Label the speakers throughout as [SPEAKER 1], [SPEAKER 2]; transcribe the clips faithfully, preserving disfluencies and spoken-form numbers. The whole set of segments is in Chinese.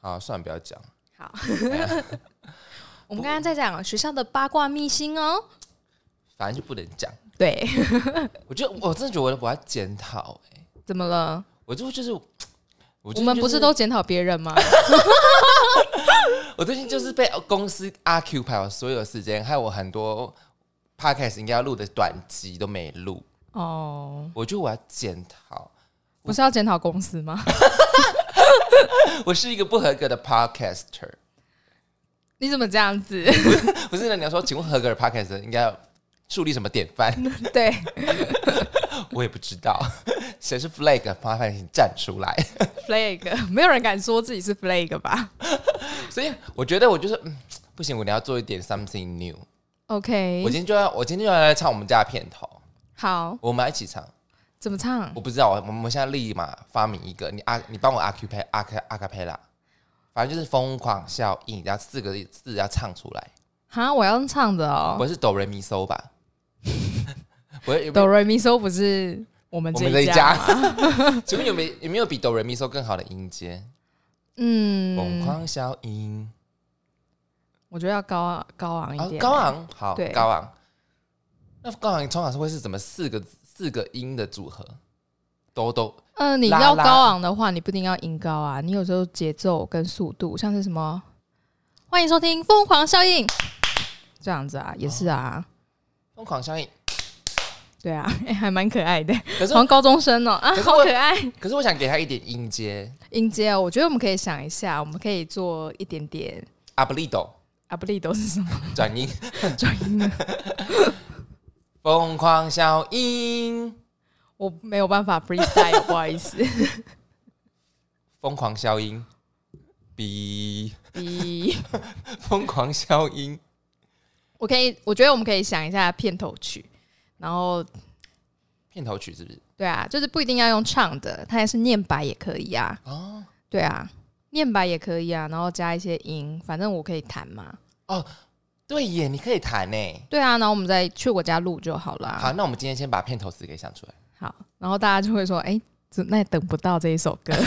[SPEAKER 1] 好，算了，不要讲。
[SPEAKER 2] 好，我们刚刚在讲学校的八卦秘辛哦，
[SPEAKER 1] 反正就不能讲。
[SPEAKER 2] 对，
[SPEAKER 1] 我觉得我真的觉得我要检讨哎，
[SPEAKER 2] 怎么了？
[SPEAKER 1] 我就就是我、就是，
[SPEAKER 2] 我们不是都检讨别人吗？
[SPEAKER 1] 我最近就是被公司 occupy 我所有的时间，还有我很多 podcast 应该要录的短集都没录。哦，我觉得我要检讨，
[SPEAKER 2] 不是要检讨公司吗？
[SPEAKER 1] 我是一个不合格的 podcaster。
[SPEAKER 2] 你怎么这样子？
[SPEAKER 1] 不是，不是，你要说，请问合格的 podcaster 应该要树立什么典范？
[SPEAKER 2] 对，
[SPEAKER 1] 我也不知道，谁是 flag， 麻烦请站出来。
[SPEAKER 2] flag， 没有人敢说自己是 flag 吧？
[SPEAKER 1] 所以我觉得我就是、嗯、不行，我一定要做一点 something new。OK， 我今天就要，我今天就要来唱我们家的片头。好，我们一起唱。
[SPEAKER 2] 怎么唱？
[SPEAKER 1] 我不知道，我们现在立马发明一个，你啊，你帮我阿 Q 配阿卡阿卡佩拉，反正就是疯狂效应，然后四个字要唱出来。哈，我要唱的哦，不是哆瑞咪嗦吧？
[SPEAKER 2] 哆瑞咪嗦不是我们这一家吗？
[SPEAKER 1] 请问有没有有没有比哆瑞咪嗦更好的音阶？嗯，疯狂效应，
[SPEAKER 2] 我觉得要高高昂一点、欸哦，
[SPEAKER 1] 高昂好，对，高昂。那高昂通常是会是怎么四个四个音的组合？都都，嗯、呃，
[SPEAKER 2] 你要高昂的话，你不一定要音高啊，你有时候节奏跟速度，像是什么，欢迎收听《疯狂效应》这样子啊，也是啊，
[SPEAKER 1] 疯、哦、狂效应，
[SPEAKER 2] 对啊，欸、还蛮可爱的，好像高中生哦、喔、啊，好可爱。
[SPEAKER 1] 可是我想给他一点音阶，
[SPEAKER 2] 音阶哦，我觉得我们可以想一下，我们可以做一点点
[SPEAKER 1] 阿布利多，
[SPEAKER 2] 阿布利多是什么？
[SPEAKER 1] 转音，
[SPEAKER 2] 转音的。
[SPEAKER 1] 疯狂效应，
[SPEAKER 2] 我没有办法 freestyle， 不好意思。
[SPEAKER 1] 疯狂效应，比比疯狂效应。
[SPEAKER 2] 我可以，我觉得我们可以想一下片头曲，然后
[SPEAKER 1] 片头曲是不是？
[SPEAKER 2] 对啊，就是不一定要用唱的，它也是念白也可以啊。哦，对啊，念白也可以啊，然后加一些音，反正我可以弹嘛。哦。
[SPEAKER 1] 对耶，你可以弹耶。
[SPEAKER 2] 对啊，然后我们再去我家录就好了。
[SPEAKER 1] 好，那我们今天先把片头词给想出来。
[SPEAKER 2] 好，然后大家就会说，哎，那等不到这一首歌。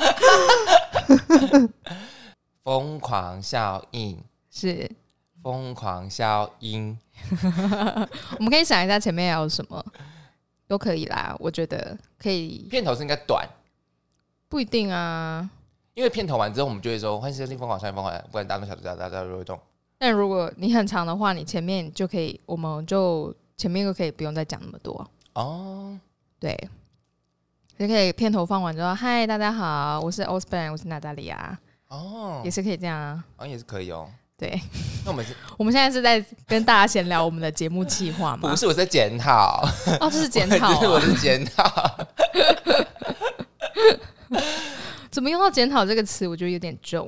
[SPEAKER 1] 疯狂效应
[SPEAKER 2] 是
[SPEAKER 1] 疯狂效应。
[SPEAKER 2] 我们可以想一下前面要有什么，都可以啦。我觉得可以。
[SPEAKER 1] 片头是应该短，
[SPEAKER 2] 不一定啊。
[SPEAKER 1] 因为片头完之后，我们就会说欢迎收听疯狂效应，疯狂，不管大众小众大家都会动。
[SPEAKER 2] 但如果你很长的话，你前面就可以，我们就前面就可以不用再讲那么多哦。对，就可以片头放完之后，嗨，大家好，我是 Osborn， 我是娜大利亚。哦，也是可以这样啊，
[SPEAKER 1] 哦，也是可以哦。
[SPEAKER 2] 对，
[SPEAKER 1] 那我们是，
[SPEAKER 2] 我们现在是在跟大家闲聊我们的节目企划吗？
[SPEAKER 1] 不是，我在检讨。
[SPEAKER 2] 哦，这是检讨、啊，
[SPEAKER 1] 我是检讨。
[SPEAKER 2] 怎么用到检讨这个词？我觉得有点重。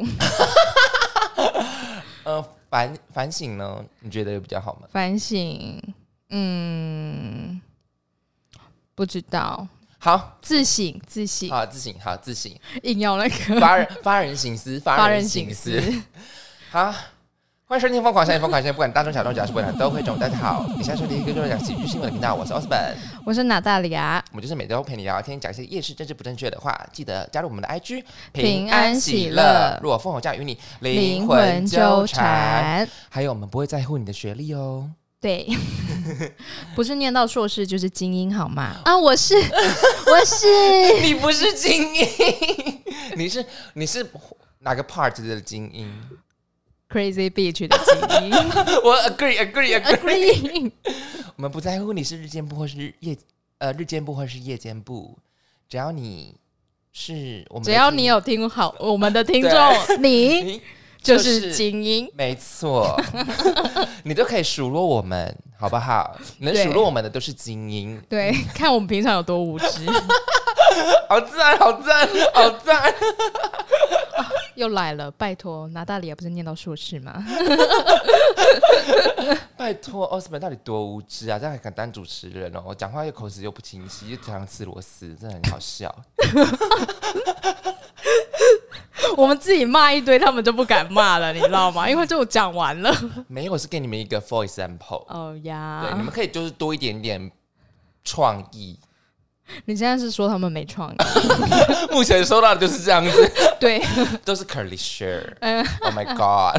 [SPEAKER 1] 呃。反, 反省呢？你觉得有比较好吗？
[SPEAKER 2] 反省，嗯，不知道。
[SPEAKER 1] 好，
[SPEAKER 2] 自省，自省，
[SPEAKER 1] 好，自省，好，自省。
[SPEAKER 2] 硬要那个
[SPEAKER 1] 发人发人省思，发人省思。好，欢迎收听《疯狂效应》，疯狂效应，不管大众小众，只要是不管都会中。大家好，你现在收听一个就是讲喜剧新闻的频道，我是 Osborn，
[SPEAKER 2] 我是娜大利亚。
[SPEAKER 1] 我们就是每周陪你聊天，讲一些夜市政治不正确的话。记得加入我们的 I G，
[SPEAKER 2] 平安喜乐。
[SPEAKER 1] 若疯火将与你灵魂纠缠，还有我们不会在乎你的学历哦。
[SPEAKER 2] 对，不是念到硕士就是精英好吗？啊，我是，我是，
[SPEAKER 1] 你不是精英，你是你是哪个 part 的精英
[SPEAKER 2] ？Crazy Beach 的精英。
[SPEAKER 1] 我 agree agree agree。我们不在乎你是日间部或是夜呃日间部或是夜间部，只要你是我们，
[SPEAKER 2] 只要你有听好我们的听众，你就是精英，
[SPEAKER 1] 没错。你都可以数落我们，好不好？能数落我们的都是精英。
[SPEAKER 2] 对，看我们平常有多无知。
[SPEAKER 1] 好赞，好赞，好赞！
[SPEAKER 2] 啊、又来了，拜托，拿大利亚不是念到硕士吗？
[SPEAKER 1] 拜托，奥斯本到底多无知啊！这样还敢当主持人哦？讲话又口齿又不清晰，又常常吃螺丝，真的很好笑。
[SPEAKER 2] 我们自己骂一堆，他们就不敢骂了，你知道吗？因为就讲完了。
[SPEAKER 1] 没有，我是给你们一个 for example。
[SPEAKER 2] 哦呀，
[SPEAKER 1] 对，你们可以就是多一点点创意。
[SPEAKER 2] 你现在是说他们没创意？
[SPEAKER 1] 目前收到的就是这样子，
[SPEAKER 2] 对，
[SPEAKER 1] 都是 curly shirt。Oh my god，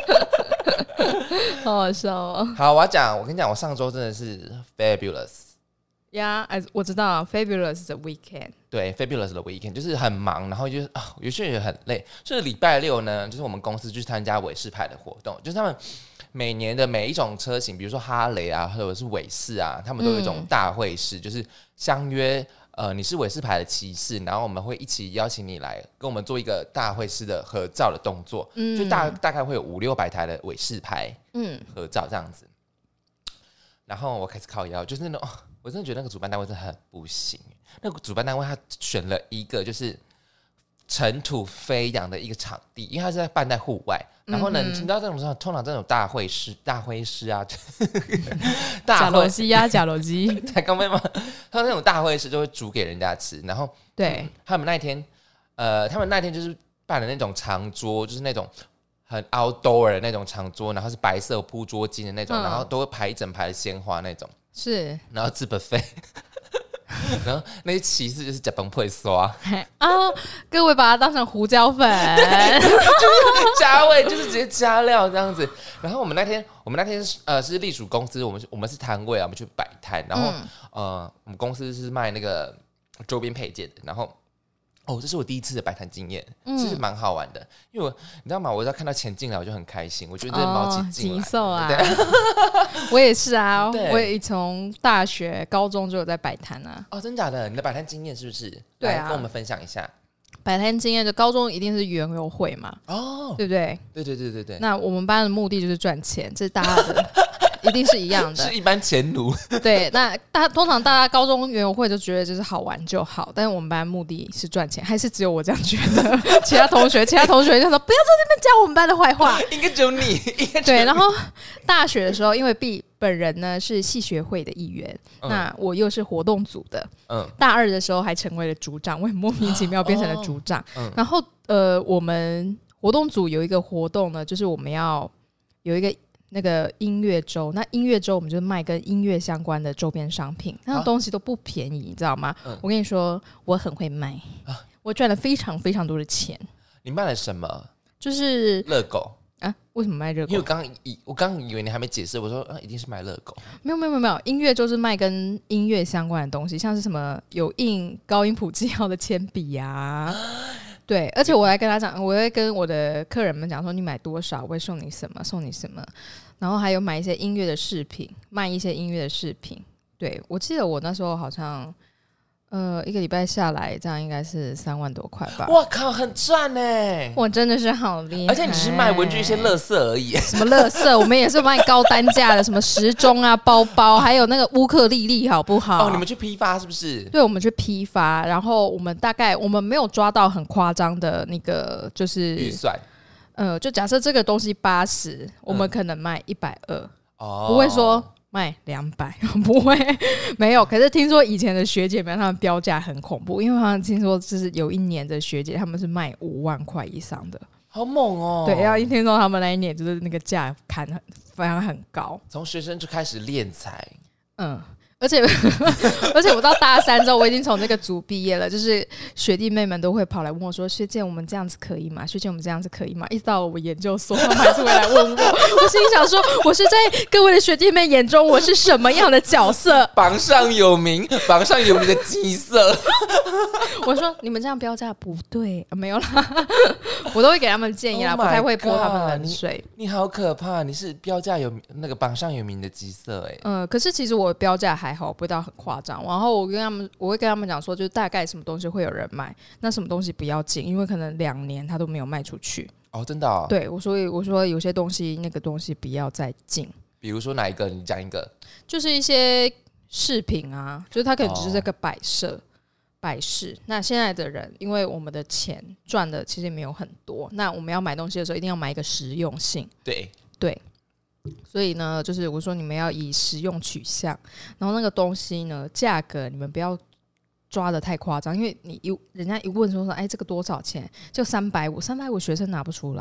[SPEAKER 2] 好好笑哦。
[SPEAKER 1] 好，我要讲，我跟你讲，我上周真的是 fabulous。
[SPEAKER 2] 呀、yeah, 我知道 Fabulous 的 weekend，
[SPEAKER 1] 对 Fabulous 的 weekend 就是很忙，然后就是啊，有些人也很累。就是礼拜六呢，就是我们公司去参加韦氏牌的活动，就是他们每年的每一种车型，比如说哈雷啊，或者是韦氏啊，他们都有一种大会师，嗯、就是相约呃你是韦氏牌的骑士，然后我们会一起邀请你来跟我们做一个大会师的合照的动作，嗯、就大大概会有五六百台的韦氏牌嗯合照这样子。然后我开始靠腰，就是那种。我真的觉得那个主办单位真的很不行。那个主办单位他选了一个就是尘土飞扬的一个场地，因为他是在办在户外。然后呢，嗯、你知道这种时候，通常这种大会师、大会师啊，
[SPEAKER 2] 假楼机呀，假楼机，
[SPEAKER 1] 才刚被骂。他那种大会师就会煮给人家吃，然后
[SPEAKER 2] 对、嗯、
[SPEAKER 1] 他们那一天，呃，他们那天就是办的那种长桌，就是那种。很 outdoor 的那种长桌，然后是白色铺桌巾的那种、嗯，然后都会排一整排的鲜花那种，
[SPEAKER 2] 是，
[SPEAKER 1] 然后吃 buffet， 然后那些骑士就是假崩会刷
[SPEAKER 2] 啊，各位把它当成胡椒粉，
[SPEAKER 1] 就是加味，就是直接加料这样子。然后我们那天，我们那天呃是隶属公司，我们我们是摊位啊，我们去摆摊，然后、嗯、呃我们公司是卖那个周边配件的，然后。哦，这是我第一次的摆摊经验，嗯、其实蛮好玩的。因为我你知道吗？我只要看到钱进来，我就很开心。我觉得这毛起进来，
[SPEAKER 2] 哦、啊！我也是啊，我也从大学、高中就有在摆摊啊。
[SPEAKER 1] 哦，真假的？你的摆摊经验是不是？
[SPEAKER 2] 对啊，
[SPEAKER 1] 来跟我们分享一下。
[SPEAKER 2] 摆摊经验，就高中一定是园游会嘛，哦，对不对？
[SPEAKER 1] 对对对对对。
[SPEAKER 2] 那我们班的目的就是赚钱，这是大家的。一定是一样的，
[SPEAKER 1] 是一般钱奴。
[SPEAKER 2] 对，那大通常大家高中园游会就觉得就是好玩就好，但是我们班目的是赚钱，还是只有我这样觉得？其他同学，其他同学就说不要在那边讲我们班的坏话。
[SPEAKER 1] 应该只有你。
[SPEAKER 2] 对，然后大学的时候，因为毕本人呢是系学会的一员，嗯、那我又是活动组的，嗯，大二的时候还成为了组长，我很莫名其妙变成了组长。哦嗯、然后呃，我们活动组有一个活动呢，就是我们要有一个。那个音乐周，那音乐周我们就卖跟音乐相关的周边商品，那种东西都不便宜，你知道吗？嗯、我跟你说，我很会卖，啊、我赚了非常非常多的钱。
[SPEAKER 1] 你卖了什么？
[SPEAKER 2] 就是
[SPEAKER 1] 热狗
[SPEAKER 2] 啊？为什么卖热狗？
[SPEAKER 1] 因为我刚以我刚以为你还没解释，我说啊，一定是卖热狗。
[SPEAKER 2] 没有没有没有，音乐周是卖跟音乐相关的东西，像是什么有印高音谱记号的铅笔啊。对，而且我还跟他讲，我会跟我的客人们讲说，你买多少，我会送你什么，送你什么，然后还有买一些音乐的饰品，卖一些音乐的饰品。对，我记得我那时候好像，呃，一个礼拜下来，这样应该是三万多块吧。
[SPEAKER 1] 哇靠，很赚耶！
[SPEAKER 2] 我真的是好厉害，
[SPEAKER 1] 而且你只是卖文具一些垃圾而已。
[SPEAKER 2] 什么垃圾？我们也是卖高单价的，什么时钟啊、包包，还有那个乌克丽丽，好不好？
[SPEAKER 1] 哦，你们去批发是不是？
[SPEAKER 2] 对，我们去批发，然后我们大概我们没有抓到很夸张的那个就是
[SPEAKER 1] 预算。
[SPEAKER 2] 呃，就假设这个东西八十，我们可能卖一百二，不会说。卖两百不会没有，可是听说以前的学姐们他们标价很恐怖，因为好像听说就是有一年的学姐他们是卖五万块以上的，
[SPEAKER 1] 好猛哦！
[SPEAKER 2] 对，要一听说他们那一年就是那个价砍很非常很高，
[SPEAKER 1] 从学生就开始敛财，
[SPEAKER 2] 嗯。而且而且我到大三之后，我已经从那个组毕业了，就是学弟妹们都会跑来问我说：“学姐，我们这样子可以吗？学姐，我们这样子可以吗？”一直到了我研究所，他们还是会来问我。我心里想说，我是在各位的学弟妹眼中，我是什么样的角色？
[SPEAKER 1] 榜上有名，榜上有名的鸡色。
[SPEAKER 2] 我说你们这样标价不对，啊、没有啦，我都会给他们建议啦， oh、不太会泼他们冷水。
[SPEAKER 1] 你, 你好可怕，你是标价有那个榜上有名的鸡色哎、欸。
[SPEAKER 2] 嗯，可是其实我标价还。还好，不会到很夸张。然后我跟他们，我会跟他们讲说，就是大概什么东西会有人买，那什么东西不要进，因为可能两年他都没有卖出去。
[SPEAKER 1] 哦，真的、哦？
[SPEAKER 2] 对，我所以我说有些东西，那个东西不要再进。
[SPEAKER 1] 比如说哪一个？你讲一个。
[SPEAKER 2] 就是一些饰品啊，就是它可能只是这个摆设、哦、摆饰。那现在的人，因为我们的钱赚的其实没有很多，那我们要买东西的时候，一定要买一个实用性。
[SPEAKER 1] 对
[SPEAKER 2] 对。所以呢，就是我说你们要以实用取向，然后那个东西呢，价格你们不要抓得太夸张，因为你一人家一问说说，哎，这个多少钱？就三百五，三百五学生拿不出来。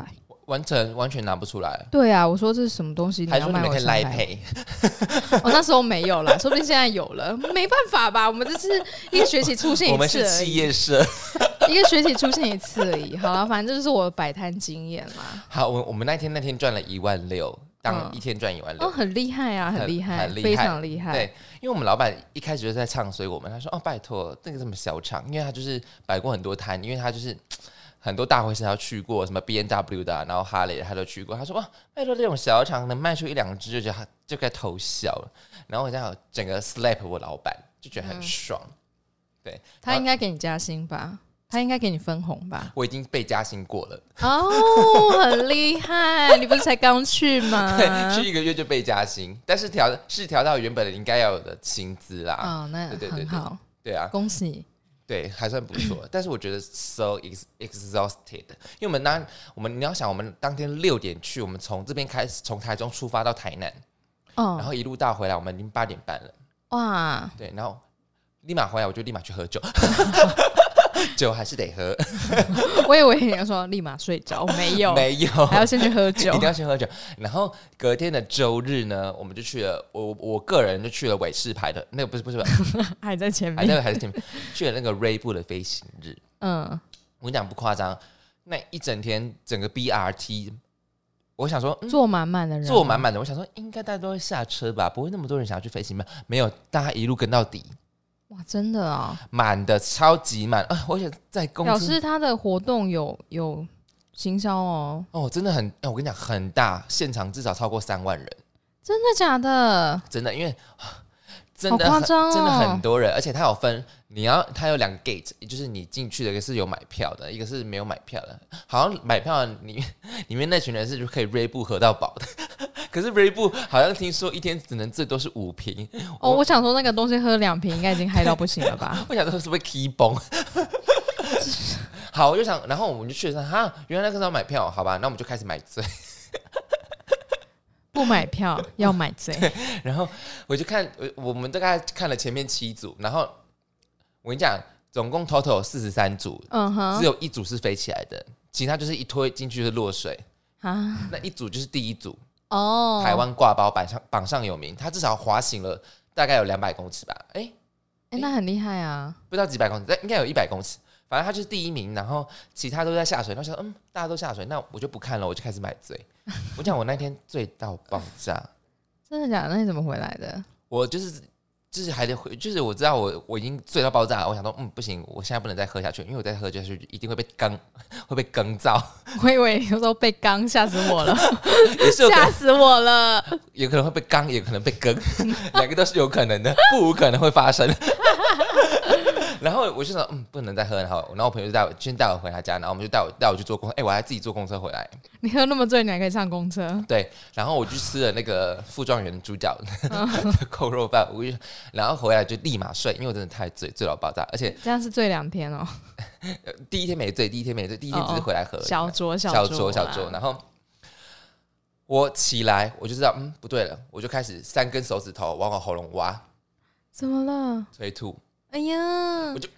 [SPEAKER 1] 完全完全拿不出来。
[SPEAKER 2] 对啊，我说这是什么东西？
[SPEAKER 1] 还说你们可以来赔？
[SPEAKER 2] 我那时候没有啦，说不定现在有了，没办法吧？我们这是一个学期出现一次而已，
[SPEAKER 1] 我们是企业社，
[SPEAKER 2] 一个学期出现一次而已。好了，反正这就是我的摆摊经验啦。
[SPEAKER 1] 好，我我们那天那天赚了一万六。当一天赚一万六、
[SPEAKER 2] 嗯，哦，很厉害啊，很厉害，非常厉害。
[SPEAKER 1] 对，因为我们老板一开始就在唱衰我们，他说：“哦，拜托，那个这么小场，因为他就是摆过很多摊，因为他就是很多大会是他去过，什么 B M W 的、啊，然后哈雷的他都去过。他说：哇，拜托这种小场能卖出一两只，就就该偷笑了。然后我这样整个 slap 我老板，就觉得很爽。嗯、对，
[SPEAKER 2] 他应该给你加薪吧？”他应该给你分红吧？
[SPEAKER 1] 我已经被加薪过了
[SPEAKER 2] 哦，很厉害！你不是才刚去吗？
[SPEAKER 1] 对，去一个月就被加薪，但是调是调到原本应该要有的薪资啦。
[SPEAKER 2] 哦，那很好，对对对对，
[SPEAKER 1] 对啊，
[SPEAKER 2] 恭喜！
[SPEAKER 1] 对，还算不错。但是我觉得 so exhausted， 因为我们当我们你要想，我们当天六点去，我们从这边开始，从台中出发到台南，哦，然后一路到回来，我们已经八点半了。哇，对，然后立马回来，我就立马去喝酒。酒还是得喝。
[SPEAKER 2] 我以为你要说立马睡着，没有，
[SPEAKER 1] 没有，
[SPEAKER 2] 还要先去喝酒，
[SPEAKER 1] 一定要先喝酒。然后隔天的周日呢，我们就去了，我我个人就去了韦氏牌的那个，不是不是，
[SPEAKER 2] 还在前面，
[SPEAKER 1] 还在还在前面，去了那个锐步的飞行日。嗯，我跟你讲不夸张，那一整天整个 B R T， 我想说、嗯、
[SPEAKER 2] 坐满满的人，
[SPEAKER 1] 坐满满的，我想说应该大家都会下车吧，不会那么多人想要去飞行吧？没有，大家一路跟到底。
[SPEAKER 2] 哇，真的啊，
[SPEAKER 1] 满的超级满啊！而且在公司
[SPEAKER 2] 表示他的活动有有行销哦，
[SPEAKER 1] 哦，真的很，我跟你讲很大，现场至少超过三万人，
[SPEAKER 2] 真的假的？
[SPEAKER 1] 真的，因为真的
[SPEAKER 2] 好夸张哦，
[SPEAKER 1] 真的很多人，而且他有分，你要他有两个 gate， 就是你进去的一个是有买票的，一个是没有买票的。好像买票里里面那群人是就可以锐步喝到饱的。可是锐步好像听说一天只能最多是五瓶
[SPEAKER 2] 哦，我想说那个东西喝两瓶应该已经嗨到不行了吧？
[SPEAKER 1] 我想说是不是 key 崩？好，我就想，然后我们就去了，哈，原来那个时候买票，好吧，那我们就开始买醉。
[SPEAKER 2] 不买票要买醉，
[SPEAKER 1] 然后我就看，我们大概看了前面七组，然后我跟你讲，总共 total 有四十三组，嗯哼，只有一组是飞起来的，其他就是一推进去是落水啊。那一组就是第一组。哦，台湾挂包榜上榜上有名，他至少滑行了大概有两百公尺吧？哎、欸
[SPEAKER 2] 欸，那很厉害啊！
[SPEAKER 1] 不知道几百公尺，但应该有一百公尺。反正他就是第一名，然后其他都在下水。然后想，嗯，大家都下水，那我就不看了，我就开始买醉。我讲我那天醉到爆炸，
[SPEAKER 2] 真的假的？那你怎么回来的？
[SPEAKER 1] 我就是就是还得回，就是我知道我我已经醉到爆炸了。我想说，嗯，不行，我现在不能再喝下去，因为我再喝下去一定会被刚会被更造。
[SPEAKER 2] 我以为有时候被刚吓死我了，吓死我了。
[SPEAKER 1] 有可能会被刚，也可能被更，两个都是有可能的，不无可能会发生。然后我就说，嗯，不能再喝。然后，然后我朋友就带我，先带我回他家，然后我们就带我带我去坐公车。哎、欸，我还自己坐公车回来。
[SPEAKER 2] 你喝那么醉，你还可以上公车？
[SPEAKER 1] 对。然后我去吃了那个副状元猪脚的扣肉饭，我就然后回来就立马睡，因为我真的太醉，醉到爆炸。而且
[SPEAKER 2] 这样是醉两天哦。
[SPEAKER 1] 第一天没醉，第一天没醉，第一天只是回来喝、哦、
[SPEAKER 2] 小酌小
[SPEAKER 1] 酌小酌小酌。然后我起来，我就知道，嗯，不对了，我就开始三根手指头往我喉咙挖。
[SPEAKER 2] 怎么了？
[SPEAKER 1] 催吐。
[SPEAKER 2] 哎呀！
[SPEAKER 1] 我就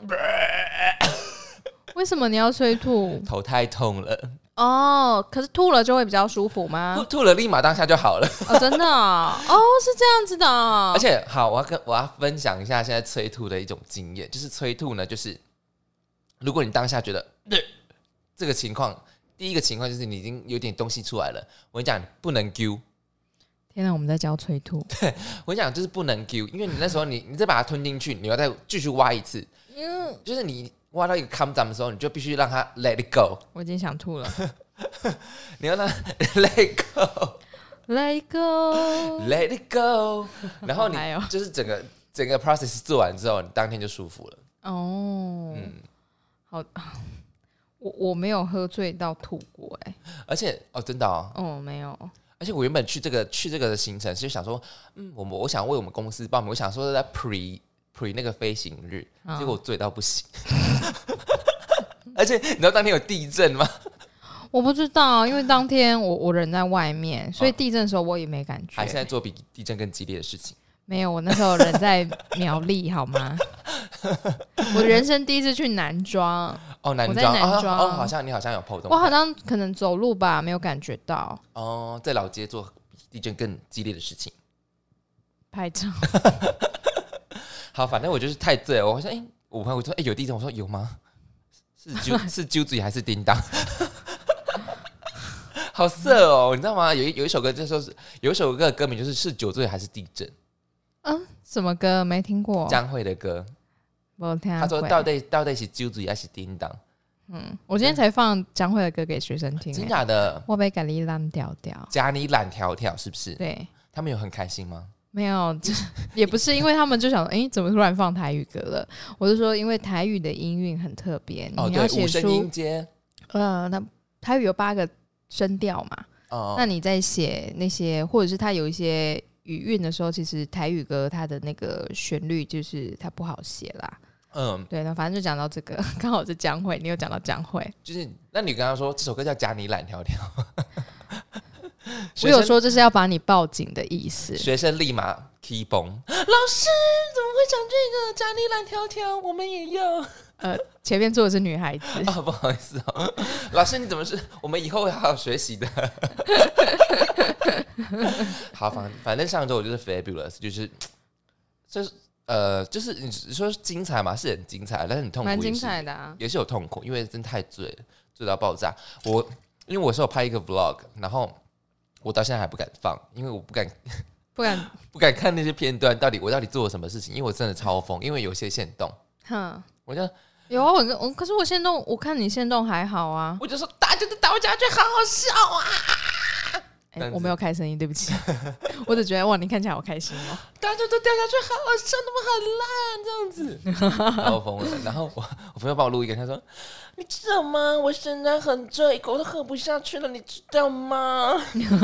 [SPEAKER 2] 为什么你要催吐？
[SPEAKER 1] 头太痛了。
[SPEAKER 2] 哦，可是吐了就会比较舒服吗？
[SPEAKER 1] 吐, 吐了立马当下就好了。
[SPEAKER 2] 哦，真的哦，哦是这样子的、哦。
[SPEAKER 1] 而且好，我要跟我要分享一下现在催吐的一种经验，就是催吐呢，就是如果你当下觉得、呃、这个情况，第一个情况就是你已经有点东西出来了，我跟你讲不能丢。
[SPEAKER 2] 天哪，我们在教催吐。
[SPEAKER 1] 对，我跟你讲就是不能丢，因为你那时候你你再把它吞进去，你要再继续挖一次，嗯，就是你挖到一个 come down 的时候，你就必须让它 let it go。
[SPEAKER 2] 我已经想吐了。
[SPEAKER 1] 你要让它 let it
[SPEAKER 2] go，let it go，let
[SPEAKER 1] it go。然后你就是整个整个 process 做完之后，你当天就舒服了。哦，嗯，
[SPEAKER 2] 好，我我没有喝醉到吐过哎、欸，
[SPEAKER 1] 而且哦，真的哦，
[SPEAKER 2] 哦，没有。
[SPEAKER 1] 而且我原本去这个去这个的行程是想说，嗯，我我想为我们公司报名，我想说在 pre pre 那个飞行日，哦、结果我醉到不行。而且你知道当天有地震吗？
[SPEAKER 2] 我不知道，因为当天我我人在外面，所以地震的时候我也没感觉。
[SPEAKER 1] 还是在做比地震更激烈的事情？
[SPEAKER 2] 没有，我那时候人在苗栗，好吗？我人生第一次去南庄。
[SPEAKER 1] 哦，男装，男装哦，哦，好像你好像有 po 动态，
[SPEAKER 2] 我好像可能走路吧，没有感觉到。
[SPEAKER 1] 哦，在老街做地震更激烈的事情，
[SPEAKER 2] 拍照。
[SPEAKER 1] 好，反正我就是太醉了。我说，哎、欸，我朋友说，哎、欸，有地震，我说有吗？是揪是揪嘴还是叮当？好色哦，你知道吗？有一有一首歌就说是有一首歌的歌名就是是酒醉还是地震？
[SPEAKER 2] 嗯，什么歌没听过？
[SPEAKER 1] 江蕙的歌。
[SPEAKER 2] 没听过。
[SPEAKER 1] 他说到底到底是揪嘴还是叮当？
[SPEAKER 2] 嗯，我今天才放江蕙的歌给学生听、欸，
[SPEAKER 1] 真假的？
[SPEAKER 2] 我被咖喱烂条条，
[SPEAKER 1] 加你懒条条是不是？
[SPEAKER 2] 对，
[SPEAKER 1] 他们有很开心吗？
[SPEAKER 2] 没有，也不是，因为他们就想，哎、欸，怎么突然放台语歌了？我就说，因为台语的音韵很特别，
[SPEAKER 1] 哦，
[SPEAKER 2] 你要写出
[SPEAKER 1] 五声音阶，
[SPEAKER 2] 呃，那台语有八个声调嘛，哦，那你在写那些，或者是它有一些语韵的时候，其实台语歌它的那个旋律就是它不好写啦。嗯，对，那反正就讲到这个，刚好是江蕙，你有讲到江蕙，
[SPEAKER 1] 就是那你刚刚说这首歌叫《加你懒条条》。
[SPEAKER 2] 我有说这是要把你报警的意思，
[SPEAKER 1] 学生立马 key 崩。老师怎么会讲这个？加你懒条条，我们也要。
[SPEAKER 2] 呃，前面坐的是女孩子
[SPEAKER 1] 啊、哦，不好意思哦，老师你怎么是？我们以后会好好学习的。好，反反正上周我就是 fabulous， 就是就是呃，就是你说精彩嘛，是很精彩，但是很痛苦，
[SPEAKER 2] 蛮精彩的啊，
[SPEAKER 1] 也是有痛苦，因为真太醉了，醉到爆炸。我因为我是有拍一个 vlog， 然后。我到现在还不敢放，因为我不敢，
[SPEAKER 2] 不敢，
[SPEAKER 1] 不敢看那些片段，到底我到底做了什么事情？因为我真的超疯，因为有些限动，哼，我就
[SPEAKER 2] 有啊，我我可是我限动，我看你限动还好啊，
[SPEAKER 1] 我就说大家都倒下去，好好笑啊！
[SPEAKER 2] 欸、我没有开声音，对不起，我只觉得哇，你看起来好开心哦，
[SPEAKER 1] 大家都掉下去，好好笑，那么很烂这样子，然后疯了。然后我我朋友帮我录一个，他说：“你知道吗？我现在很醉，口都喝不下去了，你知道吗？”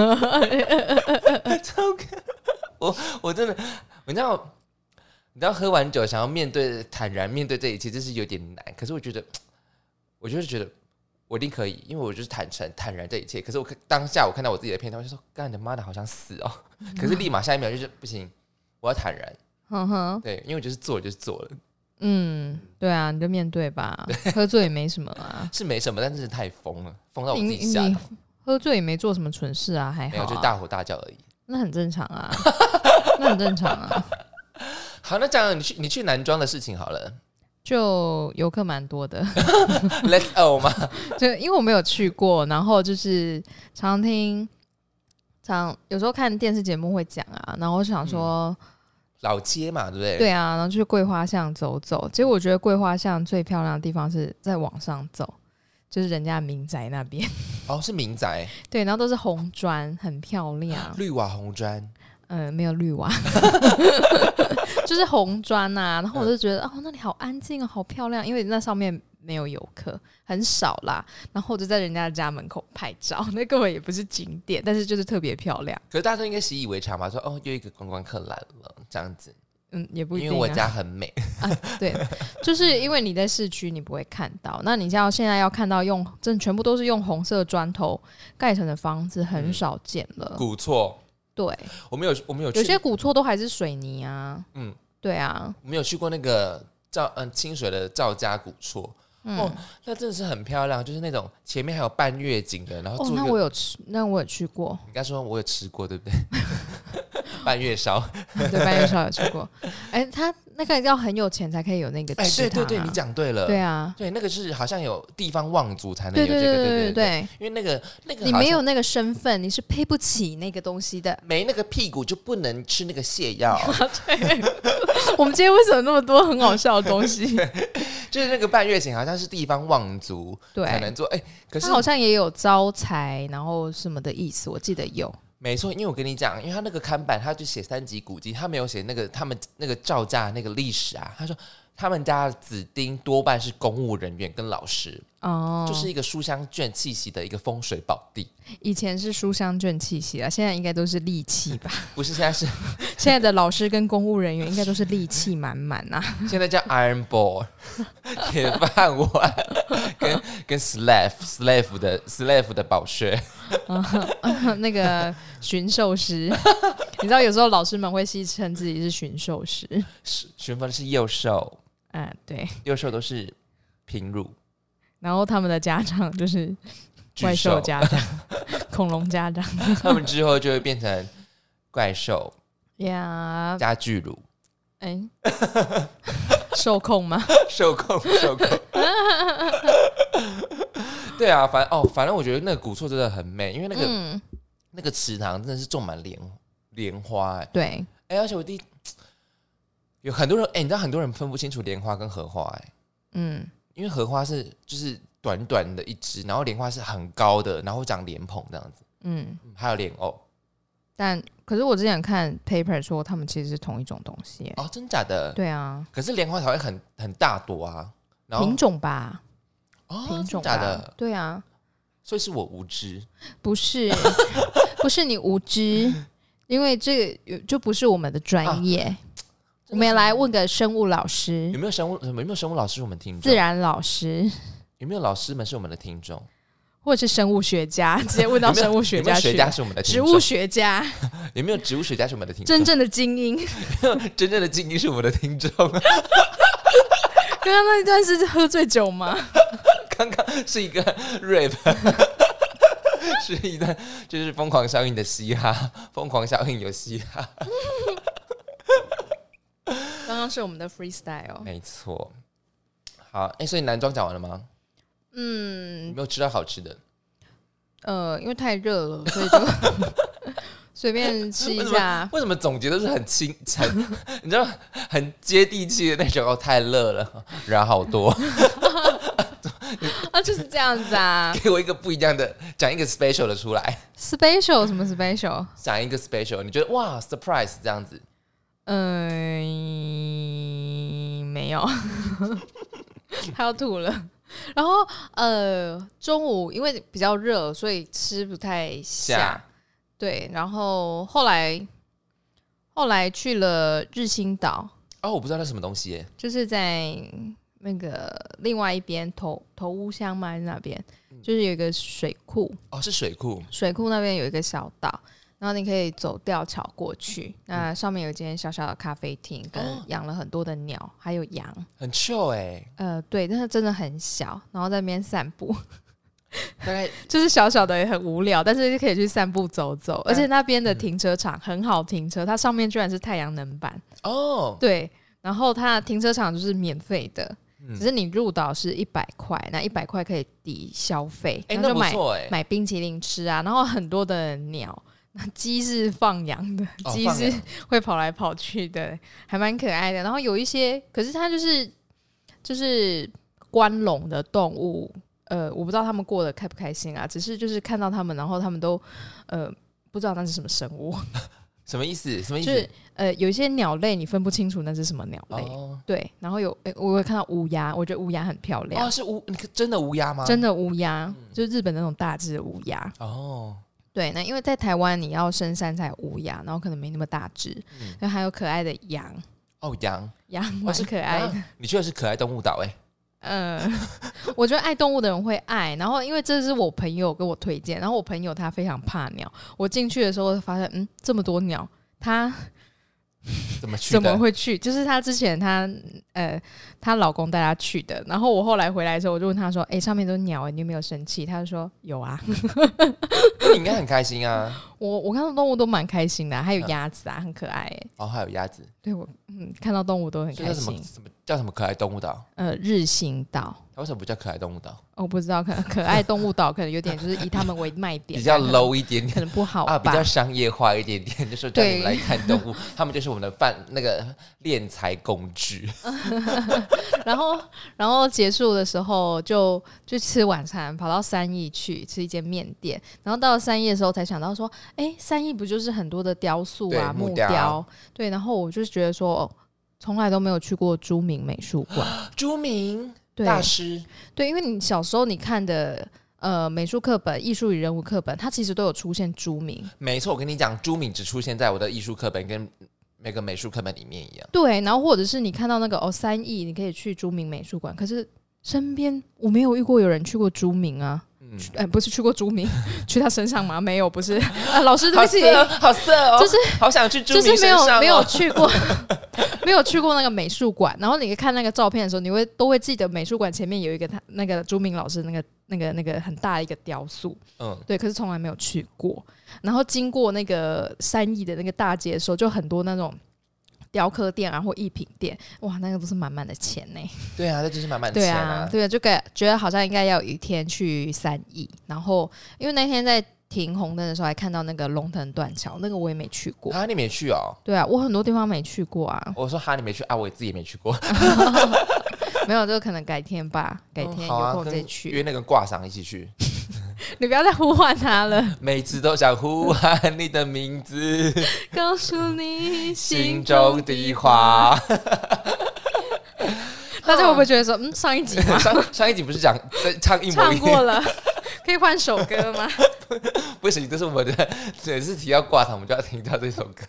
[SPEAKER 1] 超可我我真的，你知道，你知道喝完酒想要面对坦然面对这一切，这是有点难。可是我觉得，我就是觉得。我一定可以，因为我就是坦诚坦然这一切。可是我当下我看到我自己的片段，我就说：“干你的妈的，好想死哦！”可是立马下一秒就是不行，我要坦然。嗯哼，对，因为我就是做就是做了。
[SPEAKER 2] 嗯，对啊，你就面对吧。喝醉也没什么啊，
[SPEAKER 1] 是没什么，但是太疯了，疯到我自己吓到。
[SPEAKER 2] 喝醉也没做什么蠢事啊，还好、啊，
[SPEAKER 1] 没有，就大吼大叫而已。
[SPEAKER 2] 那很正常啊，那很正常啊。
[SPEAKER 1] 好，那讲你去你去男装的事情好了。
[SPEAKER 2] 就游客蛮多的
[SPEAKER 1] ，Let's go 嘛，
[SPEAKER 2] 就因为我没有去过，然后就是常听，常有时候看电视节目会讲啊，然后我想说、嗯、
[SPEAKER 1] 老街嘛，对不对？
[SPEAKER 2] 对啊，然后去桂花巷走走，结果我觉得桂花巷最漂亮的地方是在往上走，就是人家民宅那边。
[SPEAKER 1] 哦，是民宅，
[SPEAKER 2] 对，然后都是红砖，很漂亮，
[SPEAKER 1] 绿瓦红砖。
[SPEAKER 2] 呃，没有绿瓦，就是红砖啊。然后我就觉得，嗯、哦，那里好安静哦，好漂亮，因为那上面没有游客，很少啦。然后我就在人家家门口拍照，那根本也不是景点，但是就是特别漂亮。
[SPEAKER 1] 可是大家都应该习以为常吧？说哦，又一个观光客来了，这样子。
[SPEAKER 2] 嗯，也不一定、啊，
[SPEAKER 1] 因为我家很美
[SPEAKER 2] 啊。对，就是因为你在市区，你不会看到。那你像现在要看到用，真的全部都是用红色砖头盖成的房子，很少见了。
[SPEAKER 1] 古厝。
[SPEAKER 2] 对，
[SPEAKER 1] 我们有我们有去
[SPEAKER 2] 有些古厝都还是水泥啊，嗯，对啊，
[SPEAKER 1] 我们有去过那个赵嗯清水的赵家古厝，嗯、哦，那真的是很漂亮，就是那种前面还有半月景的，然后
[SPEAKER 2] 哦，那我有吃，那我有去过，
[SPEAKER 1] 你刚说我有吃过，对不对？半月烧，
[SPEAKER 2] 对，半月烧有吃过，哎、欸，他那个要很有钱才可以有那个、啊，哎、
[SPEAKER 1] 欸，对对对，你讲对了，
[SPEAKER 2] 对啊，
[SPEAKER 1] 对，那个是好像有地方望族才能有这个，对对 对, 对, 对, 对，因为那个那个
[SPEAKER 2] 你没有那个身份，你是配不起那个东西的，
[SPEAKER 1] 没那个屁股就不能吃那个泻药。
[SPEAKER 2] 对，我们今天为什么那么多很好笑的东西？
[SPEAKER 1] 就是那个半月景好像是地方望族才能做，哎、欸，可是
[SPEAKER 2] 他好像也有招财然后什么的意思，我记得有。
[SPEAKER 1] 没错，因为我跟你讲，因为他那个看板，他就写三级古迹，他没有写那个他们那个赵家那个历史啊。他说他们家的子弟多半是公务人员跟老师，哦，就是一个书香卷气息的一个风水宝地。
[SPEAKER 2] 以前是书香卷气息啊，现在应该都是戾气吧？
[SPEAKER 1] 不是，现在是
[SPEAKER 2] 现在的老师跟公务人员应该都是戾气满满啊。
[SPEAKER 1] 现在叫 Iron Ball 铁饭碗跟跟 Slave Slave 的 Slave 的宝穴。
[SPEAKER 2] 嗯、那个驯兽师，你知道有时候老师们会戏称自己是驯兽师，
[SPEAKER 1] 驯服的是幼兽，
[SPEAKER 2] 嗯，对，
[SPEAKER 1] 幼兽都是平乳，
[SPEAKER 2] 然后他们的家长就是怪兽家长恐龙家长
[SPEAKER 1] 他们之后就会变成怪兽
[SPEAKER 2] 呀、yeah.
[SPEAKER 1] 加巨乳
[SPEAKER 2] 哎受控吗
[SPEAKER 1] 受控受控对啊，反正哦，反正我觉得那个古厝真的很美，因为那个、嗯、那个池塘真的是种满莲莲花、欸，
[SPEAKER 2] 对，
[SPEAKER 1] 哎、欸，而且我第有很多人，哎、欸，你知道很多人分不清楚莲花跟荷花、欸，嗯，因为荷花是就是短短的一支，然后莲花是很高的，然后长莲蓬这样子，嗯，还有莲藕，
[SPEAKER 2] 但可是我之前看 paper 说他们其实是同一种东西、欸，
[SPEAKER 1] 哦，真假的？
[SPEAKER 2] 对啊，
[SPEAKER 1] 可是莲花才会很很大朵啊，然后
[SPEAKER 2] 品种吧。
[SPEAKER 1] 哦，
[SPEAKER 2] 品种
[SPEAKER 1] 假的，
[SPEAKER 2] 对啊，
[SPEAKER 1] 所以是我无知，
[SPEAKER 2] 不是，不是你无知，因为这个就不是我们的专业。啊、我们来问个生物老师，
[SPEAKER 1] 有没有生物？有没有生物老师是我们听众？
[SPEAKER 2] 自然老师
[SPEAKER 1] 有没有老师们是我们的听众？
[SPEAKER 2] 或者是生物学家？直接问到生物学家去。
[SPEAKER 1] 有没有学家是我们的听众？
[SPEAKER 2] 植物学家
[SPEAKER 1] 有没有植物学家是我们的听众？
[SPEAKER 2] 真正的精英，
[SPEAKER 1] 真正的精英是我们的听众。
[SPEAKER 2] 刚刚那一段是喝醉酒吗？
[SPEAKER 1] 刚刚是一个 rap 是一段就是疯狂效应的嘻哈，疯狂效应有嘻哈
[SPEAKER 2] 刚刚是我们的 freestyle，
[SPEAKER 1] 没错。好，哎、欸，所以男装讲完了吗？嗯，有没有吃到好吃的？
[SPEAKER 2] 呃，因为太热了，所以就随便吃一下。
[SPEAKER 1] 为什么总结都是很轻，很你知道很接地气的那种？哦，太热了，人好多。
[SPEAKER 2] 啊，就是这样子啊！
[SPEAKER 1] 给我一个不一样的，讲一个 special 的出来。
[SPEAKER 2] special 什么 special？
[SPEAKER 1] 讲一个 special， 你觉得哇 surprise 这样子？
[SPEAKER 2] 嗯、呃，没有，他要吐了。然后呃，中午因为比较热，所以吃不太下。对，然后后来后来去了日新岛。
[SPEAKER 1] 哦，我不知道那什么东西耶。
[SPEAKER 2] 就是在那个另外一边头头屋乡嘛，还是那边、嗯、就是有一个水库。
[SPEAKER 1] 哦，是水库。
[SPEAKER 2] 水库那边有一个小岛，然后你可以走吊桥过去。嗯、那上面有一间小小的咖啡厅，跟养了很多的鸟，哦、还有羊，
[SPEAKER 1] 很 chill 哎、欸。
[SPEAKER 2] 呃，对，但是真的很小，然后在那边散步。
[SPEAKER 1] 大概
[SPEAKER 2] 就是小小的也很无聊，但是可以去散步走走，而且那边的停车场很好停车，它上面居然是太阳能板哦，对，然后它的停车场就是免费的，嗯、只是你入岛是一百块，那一百块可以抵消费，
[SPEAKER 1] 哎、欸，
[SPEAKER 2] 那就买
[SPEAKER 1] 不错哎，
[SPEAKER 2] 买冰淇淋吃啊，然后很多的鸟，鸡是放羊的，鸡、哦、是会跑来跑去的，还蛮可爱的，然后有一些，可是它就是就是关笼的动物。呃，我不知道他们过得开不开心啊，只是就是看到他们，然后他们都呃不知道那是什么生物，
[SPEAKER 1] 什么意思？什么意思？
[SPEAKER 2] 就是呃有一些鸟类你分不清楚那是什么鸟类，哦、对，然后有、欸、我会看到乌鸦，我觉得乌鸦很漂亮。
[SPEAKER 1] 哦，是乌真的乌鸦吗？
[SPEAKER 2] 真的乌鸦，嗯、就是日本那种大只的乌鸦。哦，对，那因为在台湾你要深山才有乌鸦，然后可能没那么大只，嗯、然后还有可爱的羊。
[SPEAKER 1] 哦，羊
[SPEAKER 2] 羊蛮可爱的、哦啊。
[SPEAKER 1] 你去的是可爱动物岛哎、欸。
[SPEAKER 2] 嗯，我觉得爱动物的人会爱，然后因为这是我朋友跟我推荐，然后我朋友他非常怕鸟，我进去的时候发现，嗯，这么多鸟，他
[SPEAKER 1] 怎么去？
[SPEAKER 2] 怎么会去？就是他之前他呃，她老公带她去的，然后我后来回来的时候，我就问他说：“哎、欸，上面都是鸟、欸，你有没有生气？”他就说：“有啊。”
[SPEAKER 1] 那你应该很开心啊！
[SPEAKER 2] 我我看到动物都蛮开心的、啊，还有鸭子啊，很可爱、欸。
[SPEAKER 1] 哦，还有鸭子。
[SPEAKER 2] 对，我嗯，看到动物都很开心。
[SPEAKER 1] 什么什么叫什么可爱动物岛？
[SPEAKER 2] 呃，日新岛。
[SPEAKER 1] 它为什么不叫可爱动物岛？
[SPEAKER 2] 我不知道，可能可爱动物岛可能有点就是以他们为卖点，
[SPEAKER 1] 比较 low 一点点，
[SPEAKER 2] 可能不好吧，
[SPEAKER 1] 啊，比较商业化一点点，就说叫你们来看动物，他们就是我们的饭那个敛财工具。
[SPEAKER 2] 然后，然后结束的时候就就吃晚餐，跑到三义去吃一间面店，然后到了三义的时候才想到说，哎，三义不就是很多的雕塑啊、木雕？雕对，然后我就觉得说，哦、从来都没有去过朱明美术馆，
[SPEAKER 1] 朱明。大师
[SPEAKER 2] 对, 对，因为你小时候你看的呃美术课本、艺术与人物课本，它其实都有出现朱明。
[SPEAKER 1] 没错，我跟你讲，朱明只出现在我的艺术课本跟每个美术课本里面一样。
[SPEAKER 2] 对，然后或者是你看到那个哦三义，你可以去朱明美术馆，可是身边我没有遇过有人去过朱明啊。嗯， 嗯呃、不是去过朱明，去他身上吗？没有，不是。啊、老师对不起，
[SPEAKER 1] 好色哦，
[SPEAKER 2] 就是
[SPEAKER 1] 好想去朱明身上、哦，
[SPEAKER 2] 就是没有没有去过，没有去过那个美术馆。然后你看那个照片的时候，你会都会记得美术馆前面有一个他那个朱明老师那个那个那个很大的一个雕塑，嗯，对，可是从来没有去过。然后经过那个三义的那个大街的时候，就很多那种雕刻店啊或艺品店，哇，那个都是满满的钱呢。
[SPEAKER 1] 对啊，那就是满满的钱啊。
[SPEAKER 2] 对啊，对啊，就觉得好像应该要有一天去三义。然后因为那天在停红灯的时候，还看到那个龙腾断桥，那个我也没去过。
[SPEAKER 1] 哈，你没去哦？
[SPEAKER 2] 对啊，我很多地方没去过啊。
[SPEAKER 1] 我说哈，你没去啊，我自己也没去过。
[SPEAKER 2] 没有，就可能改天吧，改天有空再去。
[SPEAKER 1] 嗯啊、约那个挂赏一起去。
[SPEAKER 2] 你不要再呼唤他了，
[SPEAKER 1] 每次都想呼喊你的名字，
[SPEAKER 2] 告诉你
[SPEAKER 1] 心中的话。
[SPEAKER 2] 大家会不会觉得说，嗯，上一集吗？
[SPEAKER 1] 上, 上一集不是讲唱一模一样？
[SPEAKER 2] 唱过了，可以换首歌吗？
[SPEAKER 1] 不行，这是我们的，每次提到挂场，我们就要听到这首歌。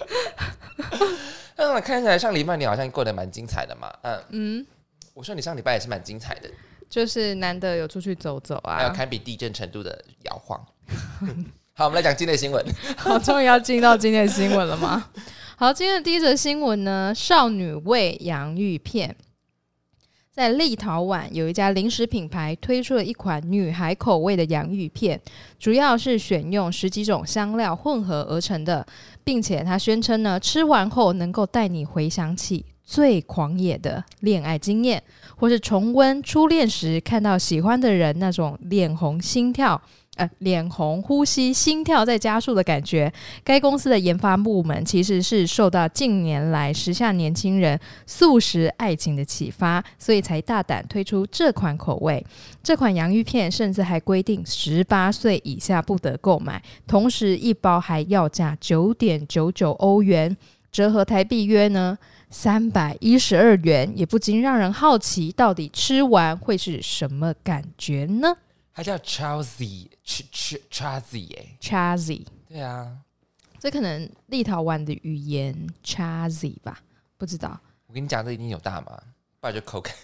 [SPEAKER 1] 那看起来上礼拜你好像过得蛮精彩的嘛，嗯嗯，我说你上礼拜也是蛮精彩的。
[SPEAKER 2] 就是难得有出去走走啊，
[SPEAKER 1] 还有堪比地震程度的摇晃。好，我们来讲今天的新闻。
[SPEAKER 2] 好，终于要进到今天的新闻了吗？好，今天的第一则新闻呢，少女味洋芋片。在立陶宛有一家零食品牌推出了一款女孩口味的洋芋片，主要是选用十几种香料混合而成的，并且它宣称呢，吃完后能够带你回想起最狂野的恋爱经验，或是重温初恋时看到喜欢的人那种脸红心跳呃，脸红呼吸心跳在加速的感觉。该公司的研发部门其实是受到近年来时下年轻人速食爱情的启发，所以才大胆推出这款口味。这款洋芋片甚至还规定十八岁以下不得购买，同时一包还要价 九点九九欧元，折合台币约呢三百一十二元，也不禁让人好奇，到底吃完会是什么感觉呢？
[SPEAKER 1] 它叫 Chazy Chazy 耶
[SPEAKER 2] Chazy
[SPEAKER 1] 对啊，
[SPEAKER 2] 这可能立陶宛的语言 Chazy 吧，不知道。
[SPEAKER 1] 我跟你讲，这一定有大麻，不然就口感。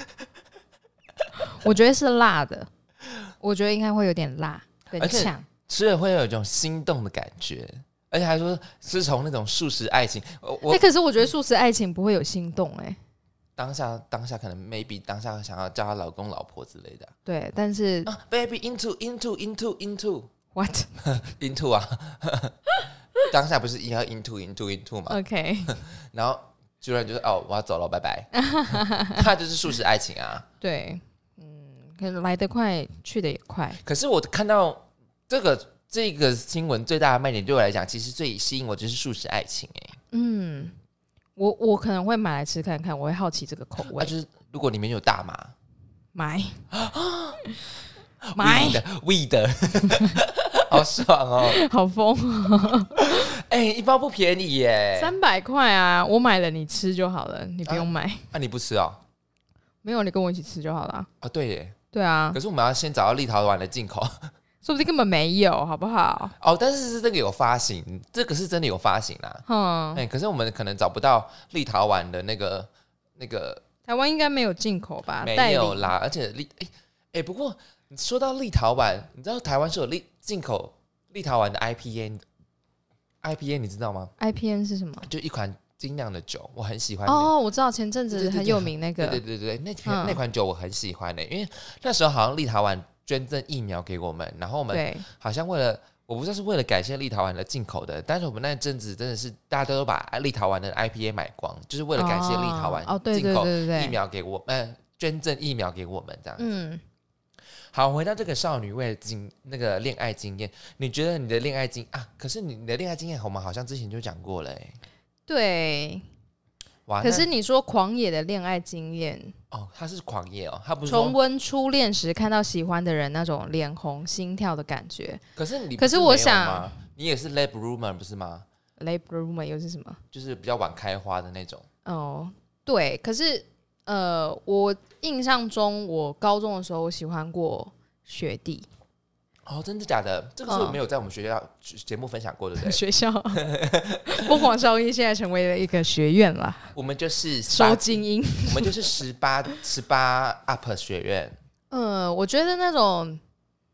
[SPEAKER 2] 我觉得是辣的，我觉得应该会有点辣跟呛，
[SPEAKER 1] 吃了会有一种心动的感觉。而且还说是从那种速食爱情，我、
[SPEAKER 2] 欸、可是我觉得速食爱情不会有心动哎、欸。
[SPEAKER 1] 当下当下可能 maybe 当下想要叫她老公老婆之类的、啊，
[SPEAKER 2] 对，但是、
[SPEAKER 1] 啊、baby into into into into
[SPEAKER 2] what
[SPEAKER 1] into 啊，当下不是要 into into into 吗
[SPEAKER 2] ？OK，
[SPEAKER 1] 然后居然就是哦我要走了拜拜，他就是速食爱情啊。
[SPEAKER 2] 对，嗯，可能来得快去得也快。
[SPEAKER 1] 可是我看到这个这个新闻最大的卖点对我来讲，其实最吸引我就是速食爱情哎、欸。嗯。
[SPEAKER 2] 我, 我可能会买来吃看看，我会好奇这个口味。
[SPEAKER 1] 啊、就是如果里面有大麻，
[SPEAKER 2] 买买
[SPEAKER 1] weed， 好爽哦，
[SPEAKER 2] 好疯哦！
[SPEAKER 1] 哎、欸，一包不便宜耶，
[SPEAKER 2] 三百块啊！我买了，你吃就好了，你不用买。啊，
[SPEAKER 1] 啊你不吃哦？
[SPEAKER 2] 没有，你跟我一起吃就好了。
[SPEAKER 1] 啊，对耶，对
[SPEAKER 2] 啊。
[SPEAKER 1] 可是我们要先找到立陶宛的进口。
[SPEAKER 2] 说不定根本没有，好不好？
[SPEAKER 1] 哦，但是是这个有发行，这个是真的有发行啦。嗯，欸、可是我们可能找不到立陶宛的那个那个，
[SPEAKER 2] 台湾应该没有进口吧？
[SPEAKER 1] 没有啦，而且立哎哎，不过你说到立陶宛，你知道台湾是有立进口立陶宛的 I P N，I P N 你知道吗
[SPEAKER 2] ？I P N 是什么？
[SPEAKER 1] 就一款精酿的酒，我很喜欢。
[SPEAKER 2] 哦，我知道，前阵子很有名那个，
[SPEAKER 1] 对对对对，那嗯、那款酒我很喜欢的、欸，因为那时候好像立陶宛捐赠疫苗给我们，然后我们好像为了，我不知道是为了感谢立陶宛的进口的，但是我们那阵子真的是大家都把立陶宛的 I P A 买光，就是为了感谢立陶宛进口疫苗给我们，呃，捐赠疫苗给我们这样子。嗯，好，回到这个少女味经那个恋爱经验，你觉得你的恋爱经啊？可是你的恋爱经验我们好像之前就讲过了、欸，
[SPEAKER 2] 对。可是你说狂野的恋爱经验
[SPEAKER 1] 哦，他是狂野哦，他不是
[SPEAKER 2] 重温初恋时看到喜欢的人那种脸红心跳的感觉。
[SPEAKER 1] 可是你
[SPEAKER 2] 可是我想
[SPEAKER 1] 你也是 late bloomer 不是吗
[SPEAKER 2] ？late bloomer 又是什么？
[SPEAKER 1] 就是比较晚开花的那种。
[SPEAKER 2] 哦，对。可是呃，我印象中我高中的时候我喜欢过学弟。
[SPEAKER 1] 哦，真的假的？这个是没有在我们学校节目分享过的，对不对？
[SPEAKER 2] 学校疯狂少一现在成为了一个学院了。
[SPEAKER 1] 我们就是
[SPEAKER 2] 收精英，
[SPEAKER 1] 我们就是十八十八 up 学院。
[SPEAKER 2] 嗯，我觉得那种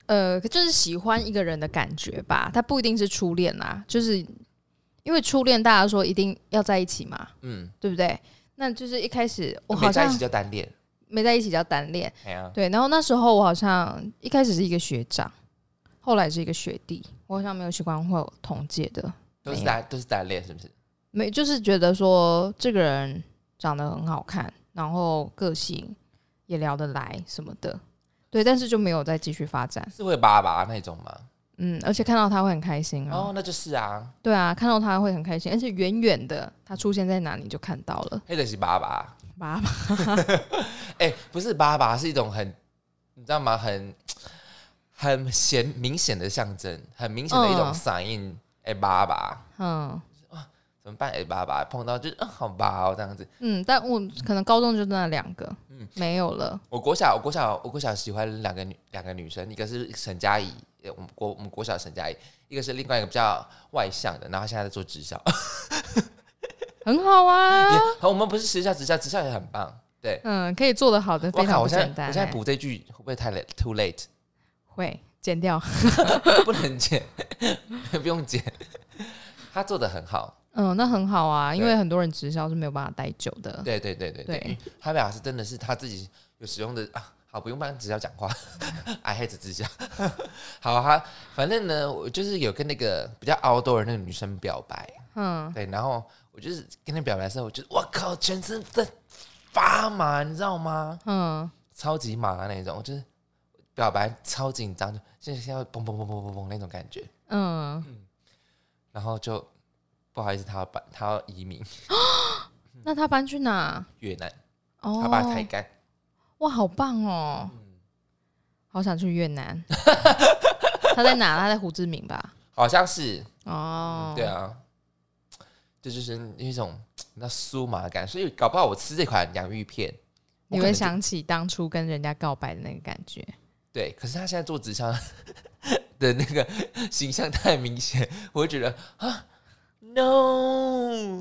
[SPEAKER 2] 呃，就是喜欢一个人的感觉吧，他不一定是初恋啦，就是因为初恋大家说一定要在一起嘛，嗯，对不对？那就是一开始我好像
[SPEAKER 1] 没在一起叫单恋，
[SPEAKER 2] 没在一起叫单恋，
[SPEAKER 1] 啊、
[SPEAKER 2] 对。然后那时候我好像一开始是一个学长，后来是一个学弟，我好像没有喜欢过同届的，
[SPEAKER 1] 都是单都是单恋，是不是？
[SPEAKER 2] 没，就是觉得说这个人长得很好看，然后个性也聊得来什么的。对，但是就没有再继续发展。
[SPEAKER 1] 是会拔拔那种吗？
[SPEAKER 2] 嗯，而且看到他会很开心啊。
[SPEAKER 1] 哦，那就是啊。
[SPEAKER 2] 对啊，看到他会很开心，而且远远的他出现在哪里就看到了。
[SPEAKER 1] 黑的是拔拔，
[SPEAKER 2] 拔拔。
[SPEAKER 1] 哎、欸，不是拔拔，是一种很，你知道吗？很很显明显的象征，很明显的一种 sign。哎、嗯，拔拔。嗯。怎么办？哎，爸爸碰到就嗯，好吧哦，这样子。
[SPEAKER 2] 嗯，但我可能高中就那两个，嗯，没有了。
[SPEAKER 1] 我国小，我国小，我国小喜欢两个女两个女生，一个是沈佳宜，我们国我们国小沈佳宜，一个是另外一个比较外向的，然后现在在做直销，
[SPEAKER 2] 很好啊。
[SPEAKER 1] 好，我们不是直销，直销直销也很棒，对，
[SPEAKER 2] 嗯，可以做得好的非常不简单。
[SPEAKER 1] 我现在补这句会不会太 too late？
[SPEAKER 2] 会剪掉，
[SPEAKER 1] 不能剪，不用剪，他做得很好。
[SPEAKER 2] 嗯，那很好啊，因为很多人直销是没有办法待久的。
[SPEAKER 1] 对对对对 对, 對，他表示真的是他自己有使用的啊，好，不用帮直销讲话，I hate直销。好哈，反正呢，我就是有跟那个比较 outdoor 的那个女生表白，嗯，对，然后我就是跟她表白的时候，我就我靠，全身在发麻，你知道吗？嗯，超级麻那种，就是表白超紧张，就现在现在嘣嘣嘣嘣嘣嘣那种感觉，嗯嗯，然后就。不好意思，他要搬，他要移民。
[SPEAKER 2] 那他搬去哪？
[SPEAKER 1] 越南。哦，他把他抬干。
[SPEAKER 2] 哇，好棒哦！嗯、好想去越南。他在哪？他在胡志明吧？
[SPEAKER 1] 好像是。哦、嗯，对啊，这就是一种那酥麻感，所以搞不好我吃这款洋芋片，
[SPEAKER 2] 你会想起当初跟人家告白的那个感觉。
[SPEAKER 1] 对，可是他现在做直销的那个形象太明显，我会觉得啊。No，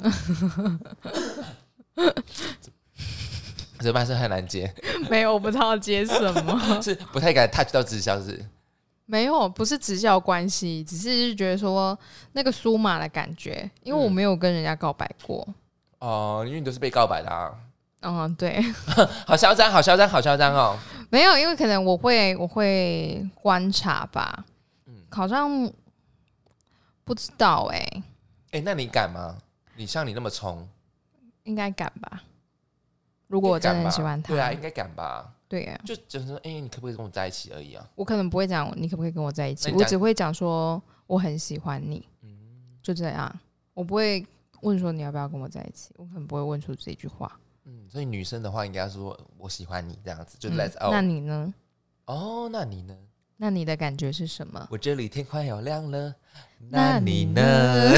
[SPEAKER 1] 这办是很难接。
[SPEAKER 2] 没有，我不知道接什么，
[SPEAKER 1] 是不太敢 touch 到直销是？
[SPEAKER 2] 没有，不是直销关系，只是觉得说那个酥麻的感觉，因为我没有跟人家告白过。
[SPEAKER 1] 哦、嗯呃，因为你都是被告白的啊。
[SPEAKER 2] 嗯，对，
[SPEAKER 1] 好嚣张，好嚣张，好嚣张哦！
[SPEAKER 2] 没有，因为可能我会我会观察吧，嗯，好像不知道哎、欸。
[SPEAKER 1] 哎、欸，那你敢吗？你像你那么冲，
[SPEAKER 2] 应该敢吧？如果我真的很喜欢他，
[SPEAKER 1] 对啊，应该敢吧？
[SPEAKER 2] 对啊，
[SPEAKER 1] 就只是说，哎、欸，你可不可以跟我在一起而已啊？
[SPEAKER 2] 我可能不会讲你可不可以跟我在一起，我只会讲说我很喜欢你，嗯，就这样，我不会问说你要不要跟我在一起，我可能不会问出这句话。嗯，
[SPEAKER 1] 所以女生的话应该说我喜欢你这样子，就 let's、嗯、
[SPEAKER 2] out。那你呢？
[SPEAKER 1] 哦，那你呢？
[SPEAKER 2] 那你的感觉是什么？
[SPEAKER 1] 我这里天快要亮了，那你呢？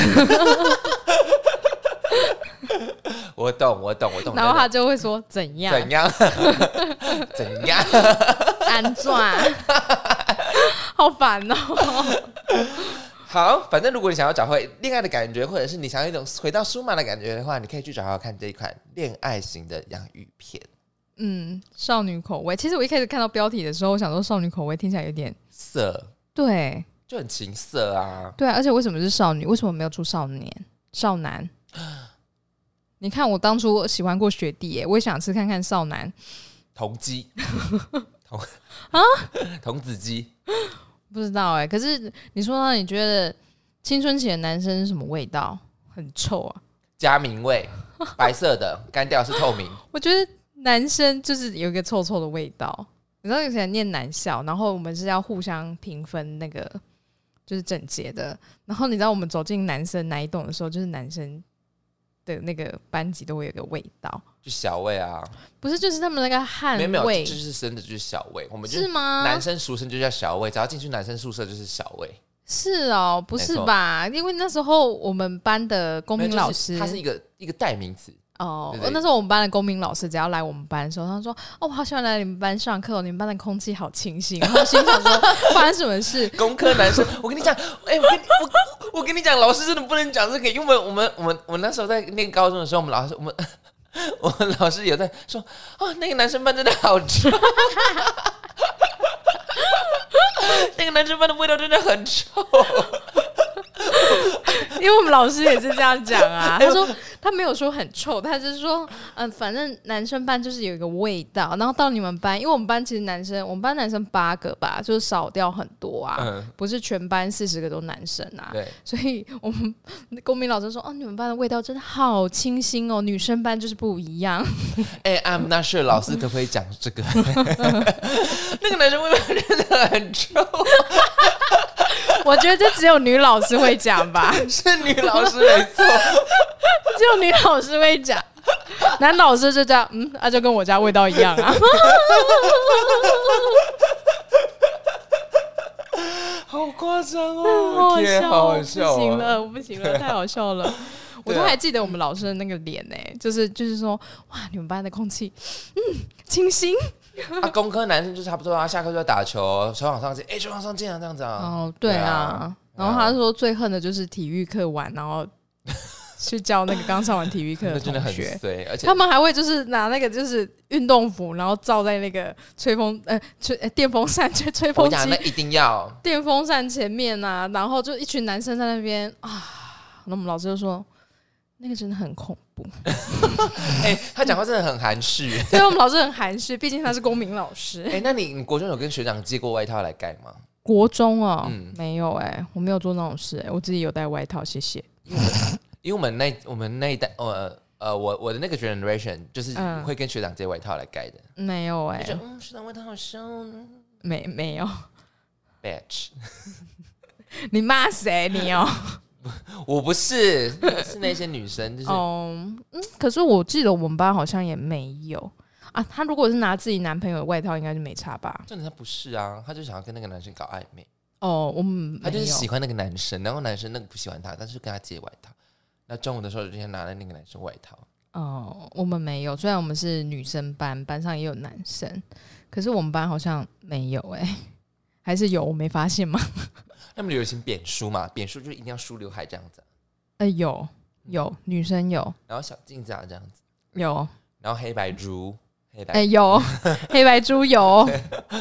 [SPEAKER 1] 我懂，我懂，我懂。
[SPEAKER 2] 然后他就会说怎样？
[SPEAKER 1] 怎样？怎样？
[SPEAKER 2] 安转？好烦哦。
[SPEAKER 1] 好，反正如果你想要找回恋爱的感觉，或者是你想要一种回到舒麻的感觉的话，你可以去找找看这一款恋爱型的洋芋片。
[SPEAKER 2] 嗯，少女口味。其实我一开始看到标题的时候，我想说少女口味听起来有点
[SPEAKER 1] 色，
[SPEAKER 2] 对，
[SPEAKER 1] 就很情色啊。
[SPEAKER 2] 对啊，而且为什么是少女？为什么没有出少年、少男？你看我当初喜欢过学弟耶，我也想吃看看少男
[SPEAKER 1] 童鸡，童
[SPEAKER 2] 啊，
[SPEAKER 1] 童子鸡，
[SPEAKER 2] 不知道哎。可是你说到你觉得青春期的男生是什么味道？很臭啊，
[SPEAKER 1] 加名味，白色的，干掉是透明。
[SPEAKER 2] 我觉得。男生就是有一个臭臭的味道，你知道以前念男校，然后我们是要互相评分那个就是整洁的，然后你知道我们走进男生那一栋的时候，就是男生的那个班级都会有一个味道，
[SPEAKER 1] 就小味啊，
[SPEAKER 2] 不是就是他们那个汗味，
[SPEAKER 1] 没有没有，就是真的就是小味，我们就是
[SPEAKER 2] 吗？
[SPEAKER 1] 男生俗称就叫小味，只要进去男生宿舍就是小味。
[SPEAKER 2] 是哦，不是吧？因为那时候我们班的公民老师，
[SPEAKER 1] 它是一个一个代名词。
[SPEAKER 2] 哦，那时候我们班的公民老师只要来我们班的时候，他说：“哦，我好喜欢来你们班上课哦，你们班的空气好清新。”然后心想说：“发生什么事？”
[SPEAKER 1] 工科男生，我跟你讲，哎、欸，我跟你我我跟你讲，老师真的不能讲这个，因为我们我们我那时候在念高中的时候，我们老师我们我们老师有在说，哦，那个男生班真的好臭。 那个男生班的味道真的很臭。
[SPEAKER 2] 因为我们老师也是这样讲啊，他说他没有说很臭，他就是说，嗯、呃，反正男生班就是有一个味道，然后到你们班，因为我们班其实男生，我们班男生八个吧，就是少掉很多啊，嗯、不是全班四十个都男生啊，
[SPEAKER 1] 对，
[SPEAKER 2] 所以我们公民老师说，哦，你们班的味道真的好清新哦，女生班就是不一样。
[SPEAKER 1] 哎、欸、，I'm not sure， 老师可不可以讲这个？那个男生味道真的很臭。
[SPEAKER 2] 我觉得这只有女老师会讲吧，
[SPEAKER 1] 是女老师没错，
[SPEAKER 2] 只有女老师会讲，男老师就这样，嗯，那、啊、就跟我家味道一样啊。
[SPEAKER 1] 好夸张哦！天，好好笑、哦！
[SPEAKER 2] 不行了，我不行了，太好笑了。我都还记得我们老师的那个脸呢、欸，就是就是说，哇，你们班的空气，嗯，清新。
[SPEAKER 1] 啊，工科男生就差不多啊，下课就要打球，球场上见，哎、欸，球场上见啊，这样子啊。
[SPEAKER 2] 哦，对啊。对啊，然后他说最恨的就是体育课完，然后去教那个刚上完体育课的同学，
[SPEAKER 1] 真的很衰，而且
[SPEAKER 2] 他们还会就是拿那个就是运动服，然后罩在那个吹风呃吹、呃、电风扇吹吹风机，
[SPEAKER 1] 我讲那一定要
[SPEAKER 2] 电风扇前面啊，然后就一群男生在那边啊，那我们老师就说。那个真的很恐怖。
[SPEAKER 1] 哎、欸，他讲话真的很含蓄。
[SPEAKER 2] 对，我们老师很含蓄，毕竟他是公民老师。
[SPEAKER 1] 哎、欸，那你你国中有跟学长借过外套来盖吗？
[SPEAKER 2] 国中哦，嗯、没有哎、欸，我没有做那种事哎、欸，我自己有带外套，谢谢。
[SPEAKER 1] 因为我们因为我们那我们那一代呃呃，我我的那个 generation 就是会跟学长借外套来盖的。
[SPEAKER 2] 嗯、没有哎、
[SPEAKER 1] 欸，嗯，学长外套好香。
[SPEAKER 2] 没没有
[SPEAKER 1] ，bitch，
[SPEAKER 2] 你骂谁你哦？
[SPEAKER 1] 我不是，是那些女生，就是
[SPEAKER 2] 哦，嗯，可是我记得我们班好像也没有啊。他如果是拿自己男朋友的外套，应该就没差吧？
[SPEAKER 1] 真的他不是啊，他就想要跟那个男生搞暧昧。
[SPEAKER 2] 哦，我们
[SPEAKER 1] 他就是喜欢那个男生，然后男生那个不喜欢他，但是跟他借外套。那中午的时候就先拿了那个男生外套。
[SPEAKER 2] 哦，我们没有，虽然我们是女生班，班上也有男生，可是我们班好像没有哎、欸，还是有我没发现吗？
[SPEAKER 1] 他们流行扁梳嘛，扁梳就一定要梳刘海这样子、啊。
[SPEAKER 2] 哎、欸，有有女生有，
[SPEAKER 1] 然后小镜子啊这样子
[SPEAKER 2] 有，
[SPEAKER 1] 然后黑白珠，黑白
[SPEAKER 2] 哎、欸、有黑白猪有，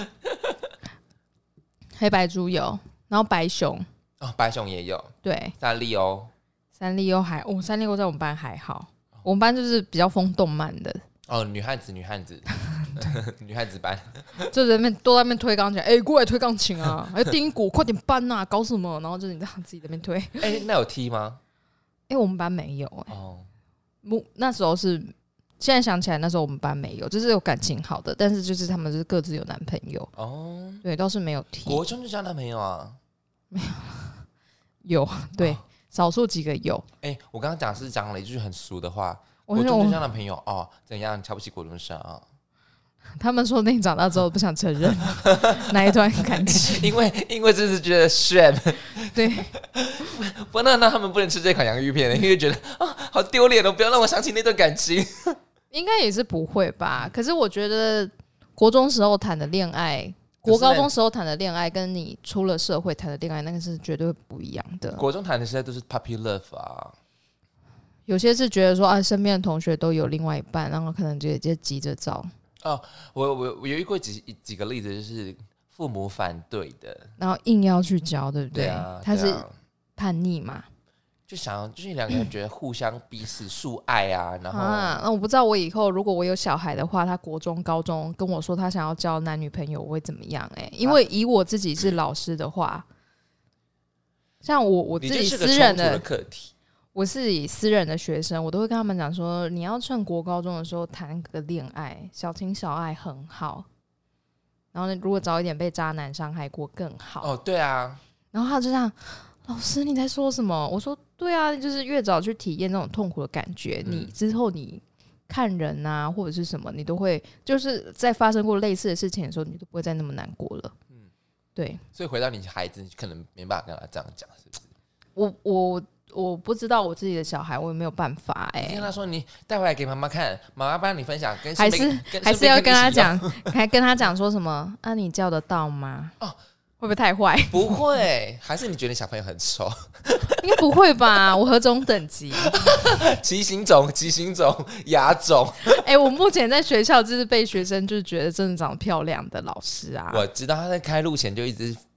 [SPEAKER 2] 黑白猪有，然后白熊
[SPEAKER 1] 哦，白熊也有，
[SPEAKER 2] 对，
[SPEAKER 1] 三丽鸥，
[SPEAKER 2] 三丽鸥还哦，三丽鸥在我们班还好，我们班就是比较疯动漫的。
[SPEAKER 1] 哦，女汉子，女汉子，女汉子班，
[SPEAKER 2] 就在那边都在那边推钢琴，哎、欸，过来推钢琴啊！还有丁鼓，快点搬啊，搞什么？然后就是你这样自己在那边推。
[SPEAKER 1] 哎、欸，那有踢吗？
[SPEAKER 2] 哎、欸，我们班没有哎、欸。
[SPEAKER 1] 哦，
[SPEAKER 2] 那时候是，现在想起来，那时候我们班没有，就是有感情好的，但是就是他们就是各自有男朋友。哦，对，倒是没有踢。
[SPEAKER 1] 国中就交男朋友啊？
[SPEAKER 2] 没有，有对，哦、少数几个有。
[SPEAKER 1] 哎、欸，我刚刚讲是讲了一句很俗的话。国中就交男朋友哦？怎样瞧不起国中生啊？
[SPEAKER 2] 他们说那你长大之后不想承认那一段感情，
[SPEAKER 1] 因为因为就是觉得 shame，
[SPEAKER 2] 对，
[SPEAKER 1] 不那那他们不能吃这款洋芋片，因为觉得啊好丢脸哦，不要让我想起那段感情。
[SPEAKER 2] 应该也是不会吧？可是我觉得国中时候谈的恋爱，国高中时候谈的恋爱，跟你出了社会谈的恋爱，那个是绝对不一样的。
[SPEAKER 1] 国中谈的现在都是 puppy love 啊。
[SPEAKER 2] 有些是觉得说啊，身边的同学都有另外一半，然后可能就就急着找。
[SPEAKER 1] 哦，我我我有遇过几几个例子，就是父母反对的，
[SPEAKER 2] 然后硬要去交，对不对？
[SPEAKER 1] 对啊，
[SPEAKER 2] 他是叛逆嘛，
[SPEAKER 1] 就想就是两个人觉得互相彼此诉爱啊，然后
[SPEAKER 2] 啊，那我不知道我以后如果我有小孩的话，他国中、高中跟我说他想要交男女朋友，我会怎么样、欸？哎，因为以我自己是老师的话，像我我自己私人的
[SPEAKER 1] 课题。
[SPEAKER 2] 我是以私人的学生，我都会跟他们讲说，你要趁国高中的时候谈个恋爱，小情小爱很好。然后呢，如果早一点被渣男伤害过更好。
[SPEAKER 1] 哦，对啊。
[SPEAKER 2] 然后他就这样，老师你在说什么？我说对啊，就是越早去体验那种痛苦的感觉，嗯、你之后你看人啊或者是什么，你都会就是在发生过类似的事情的时候，你都不会再那么难过了。嗯，对。
[SPEAKER 1] 所以回到你孩子，你可能没办法跟他这样讲，是不是？
[SPEAKER 2] 我我。我不知道我自己的小孩，我也没有办法哎、欸。
[SPEAKER 1] 你跟他说，你带回来给妈妈看，妈妈帮你分享，跟
[SPEAKER 2] 还是还是要跟他讲，还跟他讲说什么啊？你叫得到吗？哦，会不会太坏？
[SPEAKER 1] 不会，还是你觉得你小朋友很丑？
[SPEAKER 2] 应该不会吧？我何种等级？
[SPEAKER 1] 畸形种、畸形种、亚种。
[SPEAKER 2] 哎、欸，我目前在学校就是被学生就是觉得真的长得漂亮的老师啊。
[SPEAKER 1] 我知道他在开录前就一直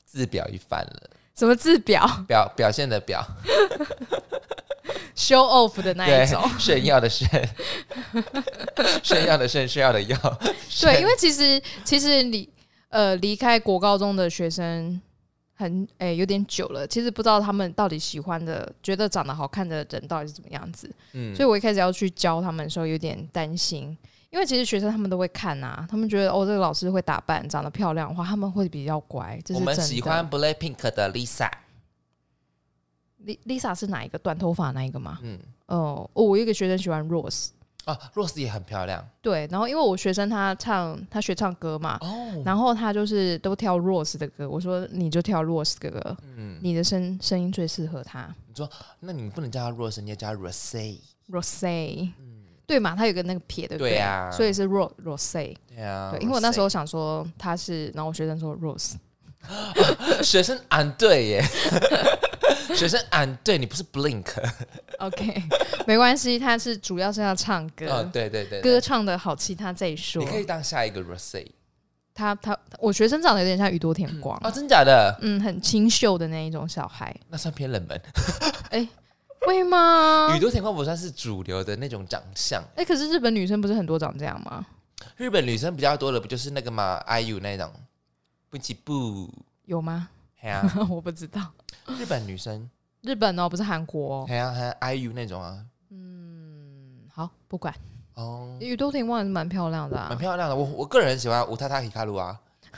[SPEAKER 1] 自表一番了。
[SPEAKER 2] 什么自表？
[SPEAKER 1] 表表现的表
[SPEAKER 2] ，show off 的那一种，
[SPEAKER 1] 炫耀的炫，炫耀的炫，炫耀的耀。
[SPEAKER 2] 对，因为其实其实离呃离开国高中的学生很哎、欸、有点久了，其实不知道他们到底喜欢的、觉得长得好看的人到底是怎么样子。嗯，所以我一开始要去教他们的时候有点担心。因为其实学生他们都会看啊，他们觉得哦，这个老师会打扮，长得漂亮的话，他们会比较乖。这是真的。
[SPEAKER 1] 我们喜欢 Blackpink 的 Lisa。Lisa
[SPEAKER 2] 是哪一个？短头发那一个吗？嗯。哦，哦，我有一个学生喜欢 Rose。
[SPEAKER 1] 啊 ，Rose 也很漂亮。
[SPEAKER 2] 对，然后因为我学生他唱，他学唱歌嘛，哦，然后他就是都跳 Rose 的歌。我说你就跳 Rose 的歌，嗯，你的声声音最适合他。
[SPEAKER 1] 你说，那你不能叫他 Rose， 你要叫他 Rose。Rose。嗯。
[SPEAKER 2] 对嘛，他有个那个撇，对不对？
[SPEAKER 1] 对啊，
[SPEAKER 2] 所以是 Rose Rose。
[SPEAKER 1] 对啊，
[SPEAKER 2] 对，因为我那时候想说他是，然后我学生说 Rose，
[SPEAKER 1] 学生俺对耶，学生俺对你不是 Blink。OK，
[SPEAKER 2] 没关系，他是主要是要唱歌。
[SPEAKER 1] 哦，对对 对, 对，
[SPEAKER 2] 歌唱的好，其他再说。
[SPEAKER 1] 你可以当下一个 Rose。
[SPEAKER 2] 他他，我学生长得有点像宇多田光
[SPEAKER 1] 啊、嗯哦，真假的？
[SPEAKER 2] 嗯，很清秀的那一种小孩。
[SPEAKER 1] 那算偏冷门。
[SPEAKER 2] 哎。会吗？
[SPEAKER 1] 宇多田光不算是主流的那种长相。
[SPEAKER 2] 哎、欸，可是日本女生不是很多长这样吗？
[SPEAKER 1] 日本女生比较多的不就是那个吗 ？I U 那种，不起不
[SPEAKER 2] 有吗？
[SPEAKER 1] 啊、
[SPEAKER 2] 我不知道。
[SPEAKER 1] 日本女生，
[SPEAKER 2] 日本哦，不是韩国哦。
[SPEAKER 1] 对啊，还有 I U 那种啊。
[SPEAKER 2] 嗯，好，不管。
[SPEAKER 1] 哦，
[SPEAKER 2] 宇多田光也是蛮漂亮的、啊，
[SPEAKER 1] 蛮漂亮的。我我个人喜欢无塔塔希卡鲁啊。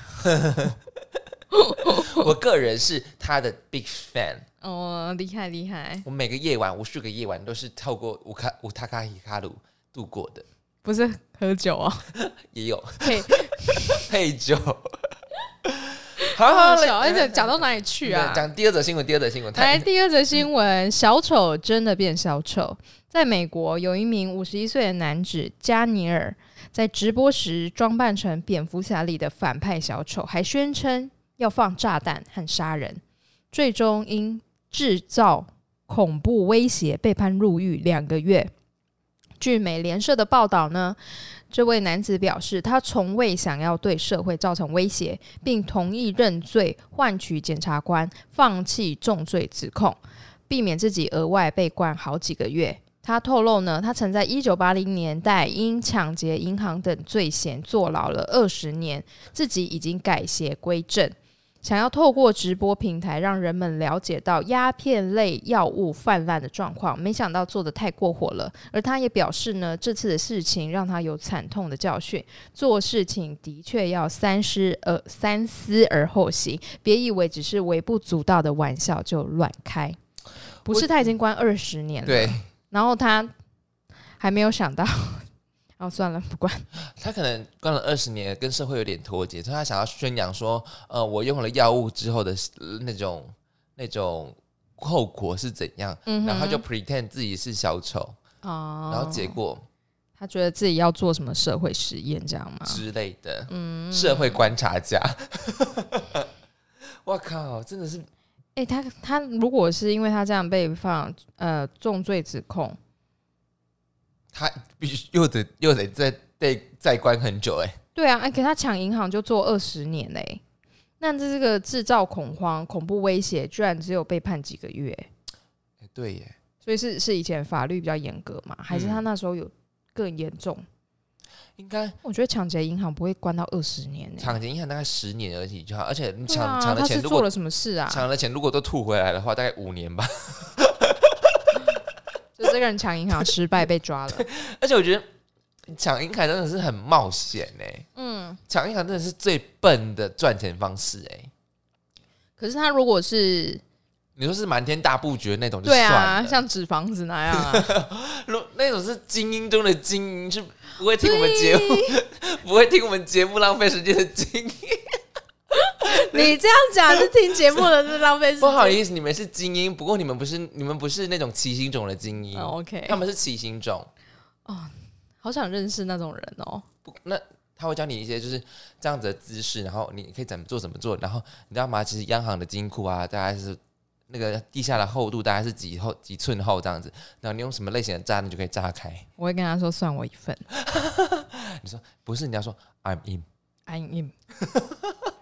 [SPEAKER 1] 我个人是他的 big fan。
[SPEAKER 2] 哦，厉害厉害！
[SPEAKER 1] 我每个夜晚，无数个夜晚都是透过乌卡乌塔卡希卡鲁度过的。
[SPEAKER 2] 不是喝酒哦，
[SPEAKER 1] 也有
[SPEAKER 2] 配
[SPEAKER 1] 配酒。
[SPEAKER 2] 好好笑，哎，讲到哪里去啊？
[SPEAKER 1] 讲第二则新闻，第二则新闻。
[SPEAKER 2] 来，第二则新闻，小丑真的变小丑。在美国，有一名五十一岁的男子加尼尔在直播时装扮成蝙蝠侠里的反派小丑，还宣称要放炸弹和杀人，最终因制造恐怖威胁被判入狱两个月。据美联社的报道呢，这位男子表示，他从未想要对社会造成威胁，并同意认罪，换取检察官放弃重罪指控，避免自己额外被关好几个月。他透露呢，他曾在一九八零年代因抢劫银行等罪嫌坐牢了二十年，自己已经改邪归正，想要透过直播平台让人们了解到鸦片类药物泛滥的状况，没想到做得太过火了。而他也表示呢，这次的事情让他有惨痛的教训，做事情的确要三思而三思而后行，别以为只是微不足道的玩笑就乱开。不是，他已经关二十年了，
[SPEAKER 1] 对，
[SPEAKER 2] 然后他还没有想到。哦，算了，不管。
[SPEAKER 1] 他可能关了二十年，跟社会有点脱节，所以他想要宣扬说，呃，我用了药物之后的那种那种后果是怎样，嗯、然后他就 pretend 自己是小丑，哦、然后结果
[SPEAKER 2] 他觉得自己要做什么社会实验这样吗
[SPEAKER 1] 之类的，嗯，社会观察家。我靠，真的是，
[SPEAKER 2] 哎、欸，他他如果是因为他这样被放呃重罪指控。
[SPEAKER 1] 他必须又得又得再再再关很久哎、欸，
[SPEAKER 2] 对啊，哎、欸，可他抢银行就做二十年嘞、欸，那这个制造恐慌、恐怖威胁，居然只有被判几个月、欸
[SPEAKER 1] 欸，对耶，
[SPEAKER 2] 所以是是以前法律比较严格嘛，还是他那时候有更严重？
[SPEAKER 1] 应该，
[SPEAKER 2] 我觉得抢劫银行不会关到二十年、欸，
[SPEAKER 1] 抢劫银行大概十年而已就好，而且你抢抢、
[SPEAKER 2] 啊、
[SPEAKER 1] 的钱如果
[SPEAKER 2] 他是做了什么事啊？
[SPEAKER 1] 抢了钱如果都吐回来的话，大概五年吧。
[SPEAKER 2] 就这个人抢银行失败被抓了，
[SPEAKER 1] 而且我觉得抢银行真的是很冒险哎、欸，嗯，抢银行真的是最笨的赚钱方式哎、欸。
[SPEAKER 2] 可是他如果是
[SPEAKER 1] 你说是瞒天大布局的那种就算了，
[SPEAKER 2] 对啊，像纸房子那样啊，
[SPEAKER 1] 那种是精英中的精英，是不会听我们节目，不会听我们节目浪费时间的精英。
[SPEAKER 2] 你这样讲是听节目的是浪费时间。
[SPEAKER 1] 不好意思，你们是精英，不过你们不是你们不是那种奇形种的精英、
[SPEAKER 2] oh, OK，
[SPEAKER 1] 他们是奇形种。
[SPEAKER 2] 哦，好想认识那种人哦。
[SPEAKER 1] 不，那他会教你一些就是这样子的姿势，然后你可以怎么做怎么做，然后你知道吗？其实央行的金库啊，大概是那个地下的厚度大概是几厚几寸厚这样子，然后你用什么类型的炸弹就可以炸开。
[SPEAKER 2] 我会跟他说算我一份。
[SPEAKER 1] 你说不是，你要说 I'm in，I'm
[SPEAKER 2] in。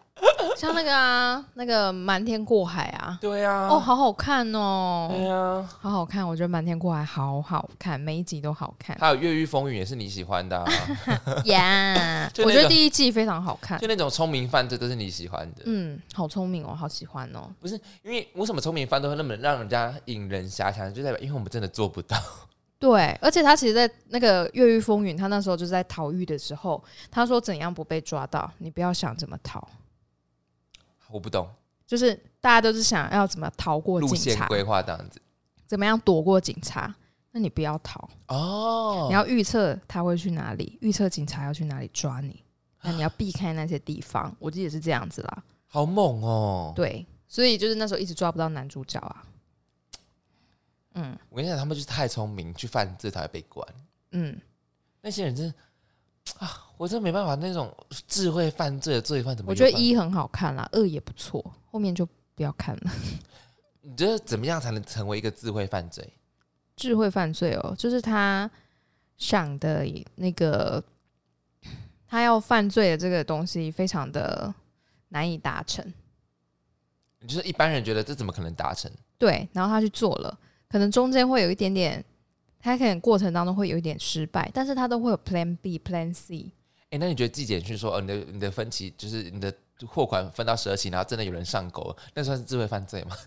[SPEAKER 2] 像那个啊，那个瞒天过海啊，
[SPEAKER 1] 对啊，
[SPEAKER 2] 哦，好好看哦，
[SPEAKER 1] 对啊，
[SPEAKER 2] 好好看，我觉得瞒天过海好好看，每一集都好看。
[SPEAKER 1] 还有越狱风云也是你喜欢的啊，
[SPEAKER 2] 呀 yeah, 我觉得第一季非常好看，
[SPEAKER 1] 就那种聪明犯罪都是你喜欢的。
[SPEAKER 2] 嗯，好聪明哦，好喜欢哦。
[SPEAKER 1] 不是因为为什么聪明犯罪会那么让人家引人遐想，就代表因为我们真的做不到。
[SPEAKER 2] 对，而且他其实，在那个《越狱风云》，他那时候就是在逃狱的时候，他说怎样不被抓到，你不要想怎么逃。
[SPEAKER 1] 我不懂，
[SPEAKER 2] 就是大家都是想要怎么逃过警察，路
[SPEAKER 1] 线规划这样子，
[SPEAKER 2] 怎么样躲过警察？那你不要逃
[SPEAKER 1] 哦，
[SPEAKER 2] 你要预测他会去哪里，预测警察要去哪里抓你，那你要避开那些地方。我记得是这样子啦，
[SPEAKER 1] 好猛哦！
[SPEAKER 2] 对，所以就是那时候一直抓不到男主角啊。
[SPEAKER 1] 嗯，我跟你讲，他们就是太聪明，去犯罪才会被关。嗯，那些人真的啊，我真的没办法，那种智慧犯罪的罪犯怎么？
[SPEAKER 2] 我觉得一很好看啦，二也不错，后面就不要看了。
[SPEAKER 1] 你觉得怎么样才能成为一个智慧犯罪？
[SPEAKER 2] 智慧犯罪哦，就是他想的那个，他要犯罪的这个东西非常的难以达成。
[SPEAKER 1] 就是一般人觉得这怎么可能达成？
[SPEAKER 2] 对，然后他去做了。可能中间会有一点点，他可能过程当中会有一点失败，但是他都会有 Plan B、Plan C。
[SPEAKER 1] 哎、欸，那你觉得寄简讯说，哦，你的你的分期就是你的货款分到十二期，然后真的有人上钩，那算是智慧犯罪吗？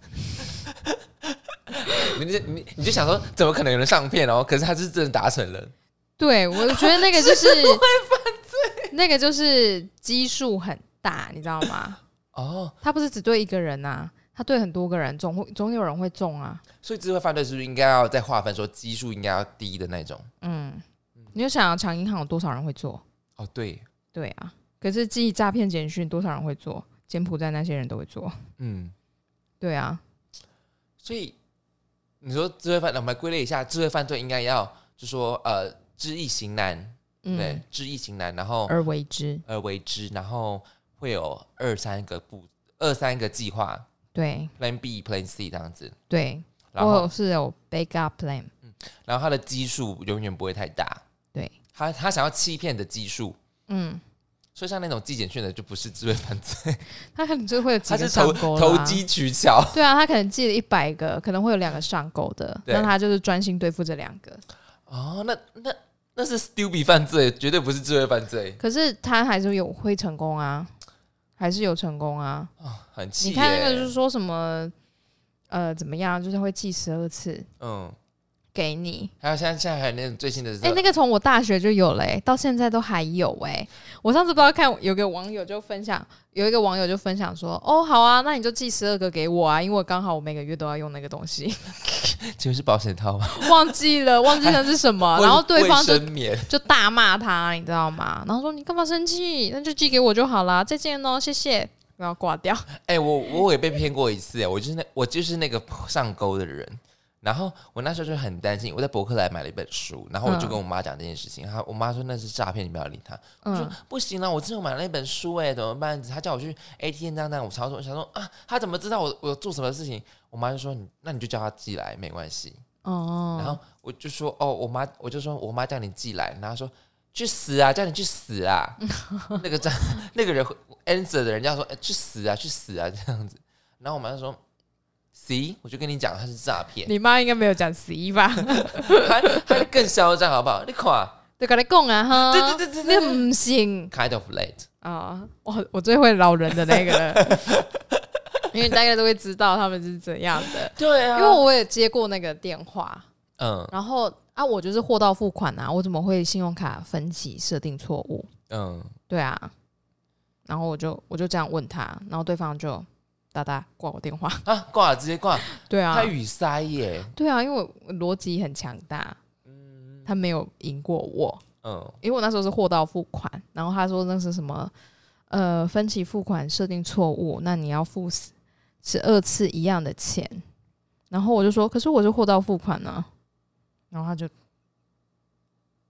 [SPEAKER 1] 你就你你就想说，怎么可能有人上骗哦？可是他是真的达成了。
[SPEAKER 2] 对，我觉得那个就是
[SPEAKER 1] 智慧犯罪，
[SPEAKER 2] 那个就是基数很大，你知道吗？哦，他不是只对一个人呐、啊。他对很多个人总会总有人会中啊，
[SPEAKER 1] 所以智慧犯罪是不是应该要再划分说基数应该要低的那种？嗯，
[SPEAKER 2] 你就想抢银行有多少人会做？
[SPEAKER 1] 哦，对，
[SPEAKER 2] 对啊。可是寄诈骗简讯多少人会做？柬埔寨那些人都会做。嗯，对啊。
[SPEAKER 1] 所以你说智慧犯，我们来归类一下，智慧犯罪应该要就说呃知易行难，嗯、对，知易行难，然后
[SPEAKER 2] 而为之，
[SPEAKER 1] 而为之，然后会有二三个步，二三个计划。
[SPEAKER 2] 对
[SPEAKER 1] ，Plan B、Plan C 这样子。
[SPEAKER 2] 对，然后是有 backup plan，、
[SPEAKER 1] 嗯、然后他的基数永远不会太大。
[SPEAKER 2] 对，
[SPEAKER 1] 他他想要欺骗的基数，嗯，所以像那种寄简讯的就不是智慧犯罪，
[SPEAKER 2] 他可能就会有几个上钩、啊，
[SPEAKER 1] 他是投投机取巧。
[SPEAKER 2] 对啊，他可能寄了一百个，可能会有两个上钩的，那他就是专心对付这两个。
[SPEAKER 1] 哦，那那那是 stupid 犯罪，绝对不是智慧犯罪。
[SPEAKER 2] 可是他还是有会成功啊。还是有成功啊，
[SPEAKER 1] 哦、很气耶！
[SPEAKER 2] 你看那个就是说什么，呃，怎么样，就是会寄十二次，嗯，给你。
[SPEAKER 1] 还有现在现在还有那种最新的，
[SPEAKER 2] 哎、欸，那个从我大学就有了、欸，到现在都还有哎、欸。我上次不知道看有个网友就分享，有一个网友就分享说，哦，好啊，那你就寄十二个给我啊，因为我刚好我每个月都要用那个东西。
[SPEAKER 1] 请问是保险套吗？
[SPEAKER 2] 忘记了，忘记那是什么。然后对方就就大骂他，你知道吗？然后说你干嘛生气？那就寄给我就好啦，再见哦，谢谢。不要挂掉。
[SPEAKER 1] 哎、欸，我我也被骗过一次哎，我就是那我就是那个上钩的人。然后我那时候就很担心，我在博客来买了一本书，然后我就跟我妈讲这件事情，她、嗯、我妈说那是诈骗，你不要理她。我说、嗯、不行啦，我真的买了一本书哎，怎么办？她叫我去 A T M 这样这样，我常说想说啊，她怎么知道我我做什么事情？我妈就说你那你就叫她寄来没关系。哦。然后我就说哦，我妈我就说我妈叫你寄来，然后说去死啊，叫你去死啊。那个那个人 answer 的人家说、欸、去死啊，去死啊这样子。然后我妈就说。C， 我就跟你讲，他是诈骗。
[SPEAKER 2] 你妈应该没有讲 C 吧？
[SPEAKER 1] 他他更嚣张，好不好？你看，
[SPEAKER 2] 就跟你讲啊，哈，
[SPEAKER 1] 对对对对，
[SPEAKER 2] 你不信
[SPEAKER 1] ？Kind of late
[SPEAKER 2] 啊、哦，我我最会老人的那个了，因为大概都会知道他们是怎样的。
[SPEAKER 1] 对啊，
[SPEAKER 2] 因为我也接过那个电话，嗯，然后啊，我就是货到付款啊，我怎么会信用卡分期设定错误？嗯，对啊，然后我就我就这样问他，然后对方就。哒哒挂我电话
[SPEAKER 1] 啊，挂了直接挂，
[SPEAKER 2] 对啊，
[SPEAKER 1] 他语塞耶，
[SPEAKER 2] 对啊，因为我逻辑很强大，嗯，他没有赢过我，嗯，因为我那时候是货到付款，然后他说那是什么呃分期付款设定错误，那你要付十二次一样的钱，然后我就说可是我是货到付款呢、啊，然后他就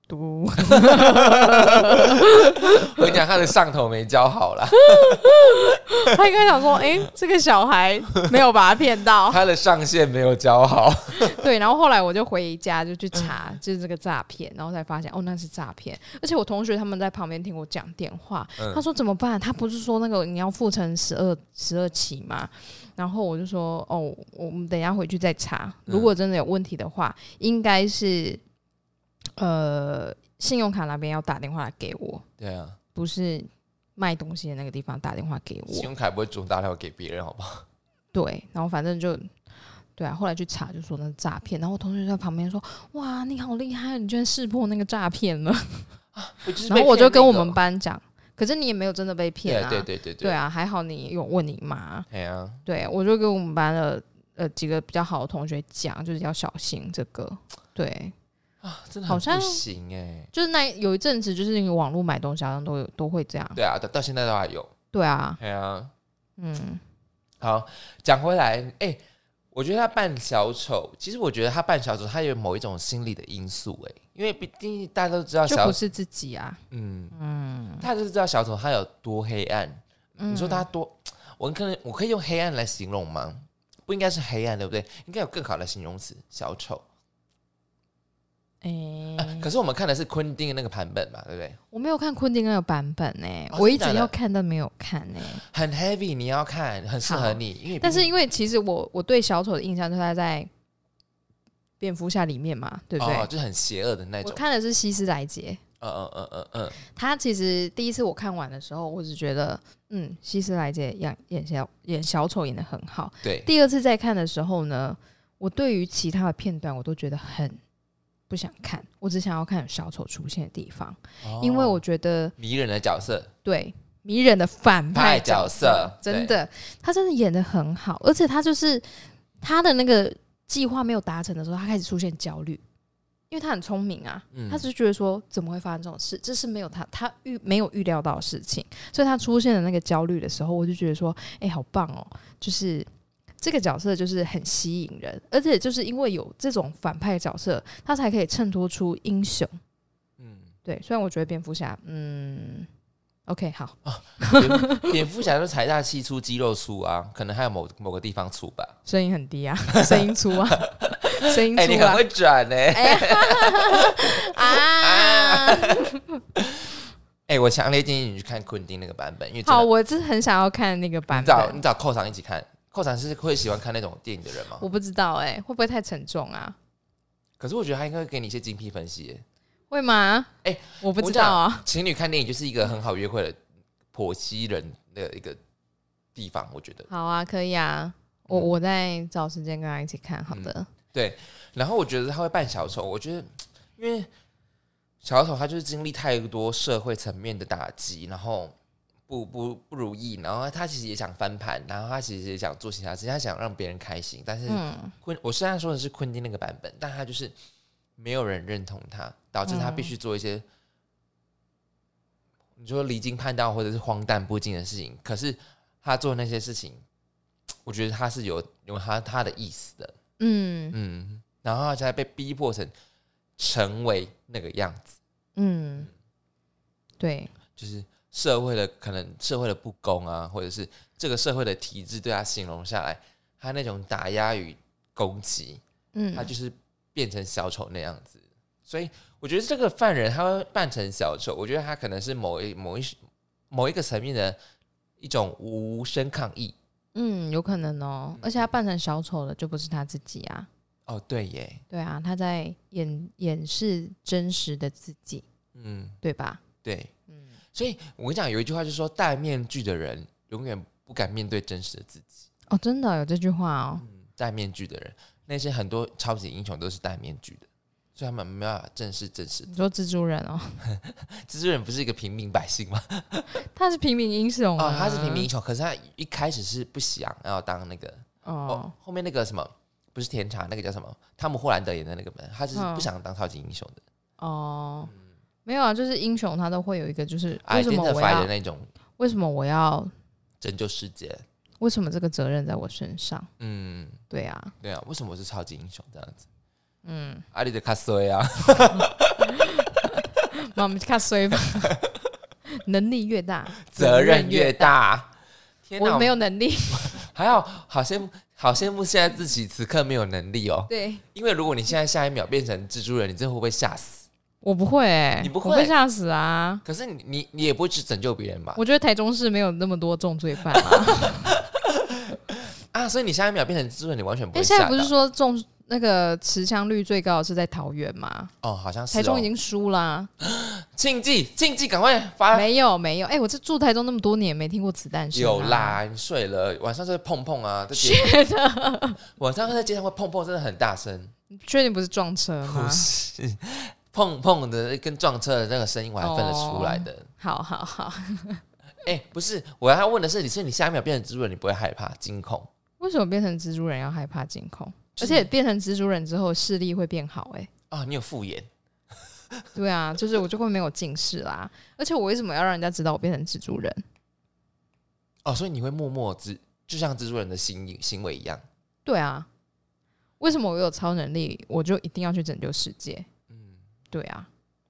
[SPEAKER 2] 嘟。
[SPEAKER 1] 我跟你讲，他的上头没教好啦。
[SPEAKER 2] 他应该想说，哎、欸，这个小孩没有把他骗到，
[SPEAKER 1] 他的上线没有教好。
[SPEAKER 2] 对，然后后来我就回家就去查，就是这个诈骗，然后才发现哦，那是诈骗。而且我同学他们在旁边听我讲电话，嗯、他说怎么办？他不是说那个你要付成十二十二期吗？然后我就说哦，我们等一下回去再查，如果真的有问题的话，嗯、应该是呃信用卡那边要打电话来给我。
[SPEAKER 1] 对啊，
[SPEAKER 2] 不是卖东西的那个地方打电话给我。
[SPEAKER 1] 信用卡不会主动打电话给别人，好不好？对，
[SPEAKER 2] 然后反正就对啊，后来去查就说那是诈骗，然后我同学在旁边说：“哇，你好厉害，你居然识破那个诈骗了。啊”然后我就跟我们班讲。可是你也没有真的被骗啊，
[SPEAKER 1] 对对对对
[SPEAKER 2] 对啊，还好你有问你妈，
[SPEAKER 1] 对啊，
[SPEAKER 2] 对，我就跟我们班的呃几个比较好的同学讲，就是要小心这个，对
[SPEAKER 1] 啊，真的很不行哎、欸，
[SPEAKER 2] 就是那有一阵子就是你网络买东西好像都有都会这样，
[SPEAKER 1] 对啊，到现在都还有，
[SPEAKER 2] 对啊，
[SPEAKER 1] 对啊，
[SPEAKER 2] 嗯，
[SPEAKER 1] 好，讲回来，哎、欸，我觉得他扮小丑，其实我觉得他扮小丑，他有某一种心理的因素、欸，哎。因为毕竟大家都知道小丑
[SPEAKER 2] 就不是自己啊，嗯
[SPEAKER 1] 嗯，他就是知道小丑他有多黑暗。嗯、你说他多，我可能我可以用黑暗来形容吗？不应该是黑暗，对不对？应该有更好的形容词，小丑。欸啊、可是我们看的是昆汀的那个版本嘛，对不对？
[SPEAKER 2] 我没有看昆汀那个版本呢、欸哦，我一直要看但没有看呢、欸。
[SPEAKER 1] 很 heavy， 你要看，很适合你。因为
[SPEAKER 2] 但是因为其实我我对小丑的印象就是他在蝙蝠侠里面嘛，对不对？
[SPEAKER 1] 哦，就很邪恶的那种。
[SPEAKER 2] 我看的是希斯莱杰，
[SPEAKER 1] 嗯嗯嗯嗯嗯。
[SPEAKER 2] 他其实第一次我看完的时候，我只觉得，嗯，希斯莱杰演演小演小丑演得很好。
[SPEAKER 1] 对。
[SPEAKER 2] 第二次再看的时候呢，我对于其他的片段我都觉得很不想看，我只想要看有小丑出现的地方，哦、因为我觉得
[SPEAKER 1] 迷人的角色，
[SPEAKER 2] 对迷人的反派角色，
[SPEAKER 1] 角色
[SPEAKER 2] 真的，他真的演得很好，而且他就是他的那个。计划没有达成的时候，他开始出现焦虑，因为他很聪明啊，嗯、他只是觉得说怎么会发生这种事，这是没有他他预没有预料到的事情，所以他出现的那个焦虑的时候，我就觉得说，哎、欸，好棒哦，就是这个角色就是很吸引人，而且就是因为有这种反派角色，他才可以衬托出英雄。嗯，对，虽然我觉得蝙蝠侠，嗯。OK， 好。哦、
[SPEAKER 1] 蝙蝠侠就财大气粗、肌肉粗啊，可能还有某某个地方粗吧。
[SPEAKER 2] 声音很低啊，声音粗啊，声音粗啊。哎、
[SPEAKER 1] 欸，你很会转呢、欸。哎、啊！哎、欸，我强烈建议你去看昆汀那个版本，因为
[SPEAKER 2] 好，我是很想要看那个版本。
[SPEAKER 1] 你找你找寇长一起看，寇长是会喜欢看那种电影的人吗？
[SPEAKER 2] 我不知道哎、欸，会不会太沉重啊？
[SPEAKER 1] 可是我觉得他应该会给你一些精辟分析、欸。
[SPEAKER 2] 会吗？哎、欸，我不知道啊。
[SPEAKER 1] 情侣看电影就是一个很好约会的剖析人的一个地方，我觉得。
[SPEAKER 2] 好啊，可以啊，我、嗯、我再找时间跟他一起看。好的、嗯。
[SPEAKER 1] 对，然后我觉得他会扮小丑，我觉得因为小丑他就是经历太多社会层面的打击，然后不不不如意，然后他其实也想翻盘，然后他其实也想做其他事情，他想让别人开心，但是昆、嗯、我虽然说的是昆汀那个版本，但他就是没有人认同他。导致他必须做一些、嗯、你说离经叛道或者是荒诞不经的事情，可是他做那些事情，我觉得他是有有他他的意思的，嗯嗯，然后他才被逼迫成成为那个样子，嗯，
[SPEAKER 2] 对，
[SPEAKER 1] 就是社会的可能社会的不公啊，或者是这个社会的体制对他形容下来，他那种打压与攻击，嗯，他就是变成小丑那样子。所以我觉得这个犯人他会扮成小丑，我觉得他可能是某一某一某一个层面的一种无声抗议。
[SPEAKER 2] 嗯，有可能哦。而且他扮成小丑的就不是他自己啊。
[SPEAKER 1] 哦，对耶。
[SPEAKER 2] 对啊，他在掩掩饰真实的自己。嗯，对吧？
[SPEAKER 1] 对，嗯。所以我跟你讲，有一句话就是说，戴面具的人永远不敢面对真实的自己。
[SPEAKER 2] 哦，真的有这句话哦。
[SPEAKER 1] 嗯，戴面具的人，那些很多超级英雄都是戴面具的。所以他们没办法正视真实。
[SPEAKER 2] 你说蜘蛛人哦？
[SPEAKER 1] 蜘蛛人不是一个平民百姓吗？
[SPEAKER 2] 他是平民英雄啊、
[SPEAKER 1] 哦，他是平民英雄，可是他一开始是不想要当那个哦, 哦，后面那个什么不是甜茶，那个叫什么？汤姆·霍兰德演的那个人，他是不想当超级英雄的。
[SPEAKER 2] 哦、嗯，没有啊，就是英雄他都会有一个，就是为什么我要
[SPEAKER 1] 的那种？
[SPEAKER 2] 为什么我要
[SPEAKER 1] 拯救世界？
[SPEAKER 2] 为什么这个责任在我身上？嗯，对啊，
[SPEAKER 1] 对啊，为什么我是超级英雄这样子？嗯，阿里的卡索啊，
[SPEAKER 2] 妈妈看衰吧。能力越大，
[SPEAKER 1] 责任越大。
[SPEAKER 2] 天哪，我没有能力。
[SPEAKER 1] 还好，好羡慕，好羡慕现在自己此刻没有能力哦。
[SPEAKER 2] 对，
[SPEAKER 1] 因为如果你现在下一秒变成蜘蛛人，你真的会不会吓死？
[SPEAKER 2] 我不会哎、欸，
[SPEAKER 1] 你不会，
[SPEAKER 2] 我会吓死啊！
[SPEAKER 1] 可是你你你也不会去拯救别人吧？
[SPEAKER 2] 我觉得台中市没有那么多重罪犯啊。
[SPEAKER 1] 啊，所以你下一秒变成蜘蛛人，你完全不会吓到。
[SPEAKER 2] 现在不是说重那个持枪率最高的是在桃园吗？
[SPEAKER 1] 哦，好像是、哦。
[SPEAKER 2] 台中已经输啦。
[SPEAKER 1] 庆忌，庆忌，赶快发！
[SPEAKER 2] 没有没有，哎、欸，我这住台中那么多年，没听过子弹声、啊。
[SPEAKER 1] 有啦，你睡了，晚上就会碰碰啊，在街上。晚上在街上会碰碰，真的很大声。
[SPEAKER 2] 你确定不是撞车吗？
[SPEAKER 1] 不是。碰碰的跟撞车的那个声音我还分得出来的。哦、
[SPEAKER 2] 好好好，
[SPEAKER 1] 哎、欸，不是，我要问的是，你是你下一秒变成蜘蛛人，你不会害怕惊恐？
[SPEAKER 2] 为什么变成蜘蛛人要害怕惊恐？而且变成蜘蛛人之后视力会变好、欸？哎，
[SPEAKER 1] 啊，你有复眼？
[SPEAKER 2] 对啊，就是我就会没有近视啦。而且我为什么要让人家知道我变成蜘蛛人？
[SPEAKER 1] 哦，所以你会默默蜘，就像蜘蛛人的行行为一样。
[SPEAKER 2] 对啊，为什么我有超能力，我就一定要去拯救世界？对啊，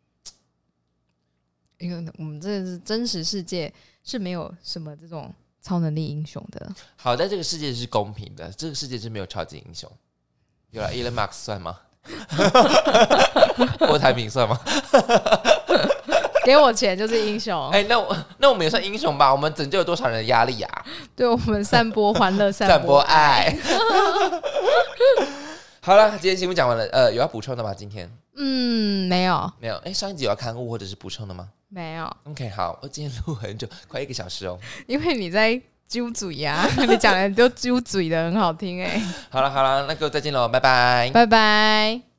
[SPEAKER 2] 因为我们这是真实世界是没有什么这种超能力英雄的。
[SPEAKER 1] 好，在这个世界是公平的，这个世界是没有超级英雄。有了 Elon Musk 算吗？郭台铭算吗？
[SPEAKER 2] 给我钱就是英雄。
[SPEAKER 1] 哎、欸，那我那我们也算英雄吧？我们拯救了多少人的压力啊？
[SPEAKER 2] 对，我们散播欢乐，散
[SPEAKER 1] 播爱。好了，今天节目讲完了，呃，有要补充的吗？今天？
[SPEAKER 2] 嗯，没有，
[SPEAKER 1] 没有。哎、欸，上一集有要刊物或者是补充的吗？
[SPEAKER 2] 没有。
[SPEAKER 1] OK， 好，我今天录很久，快一个小时哦。
[SPEAKER 2] 因为你在揪嘴呀，你讲的都揪嘴的很好听哎、欸。
[SPEAKER 1] 好了好了，那个再见喽，拜拜，
[SPEAKER 2] 拜拜。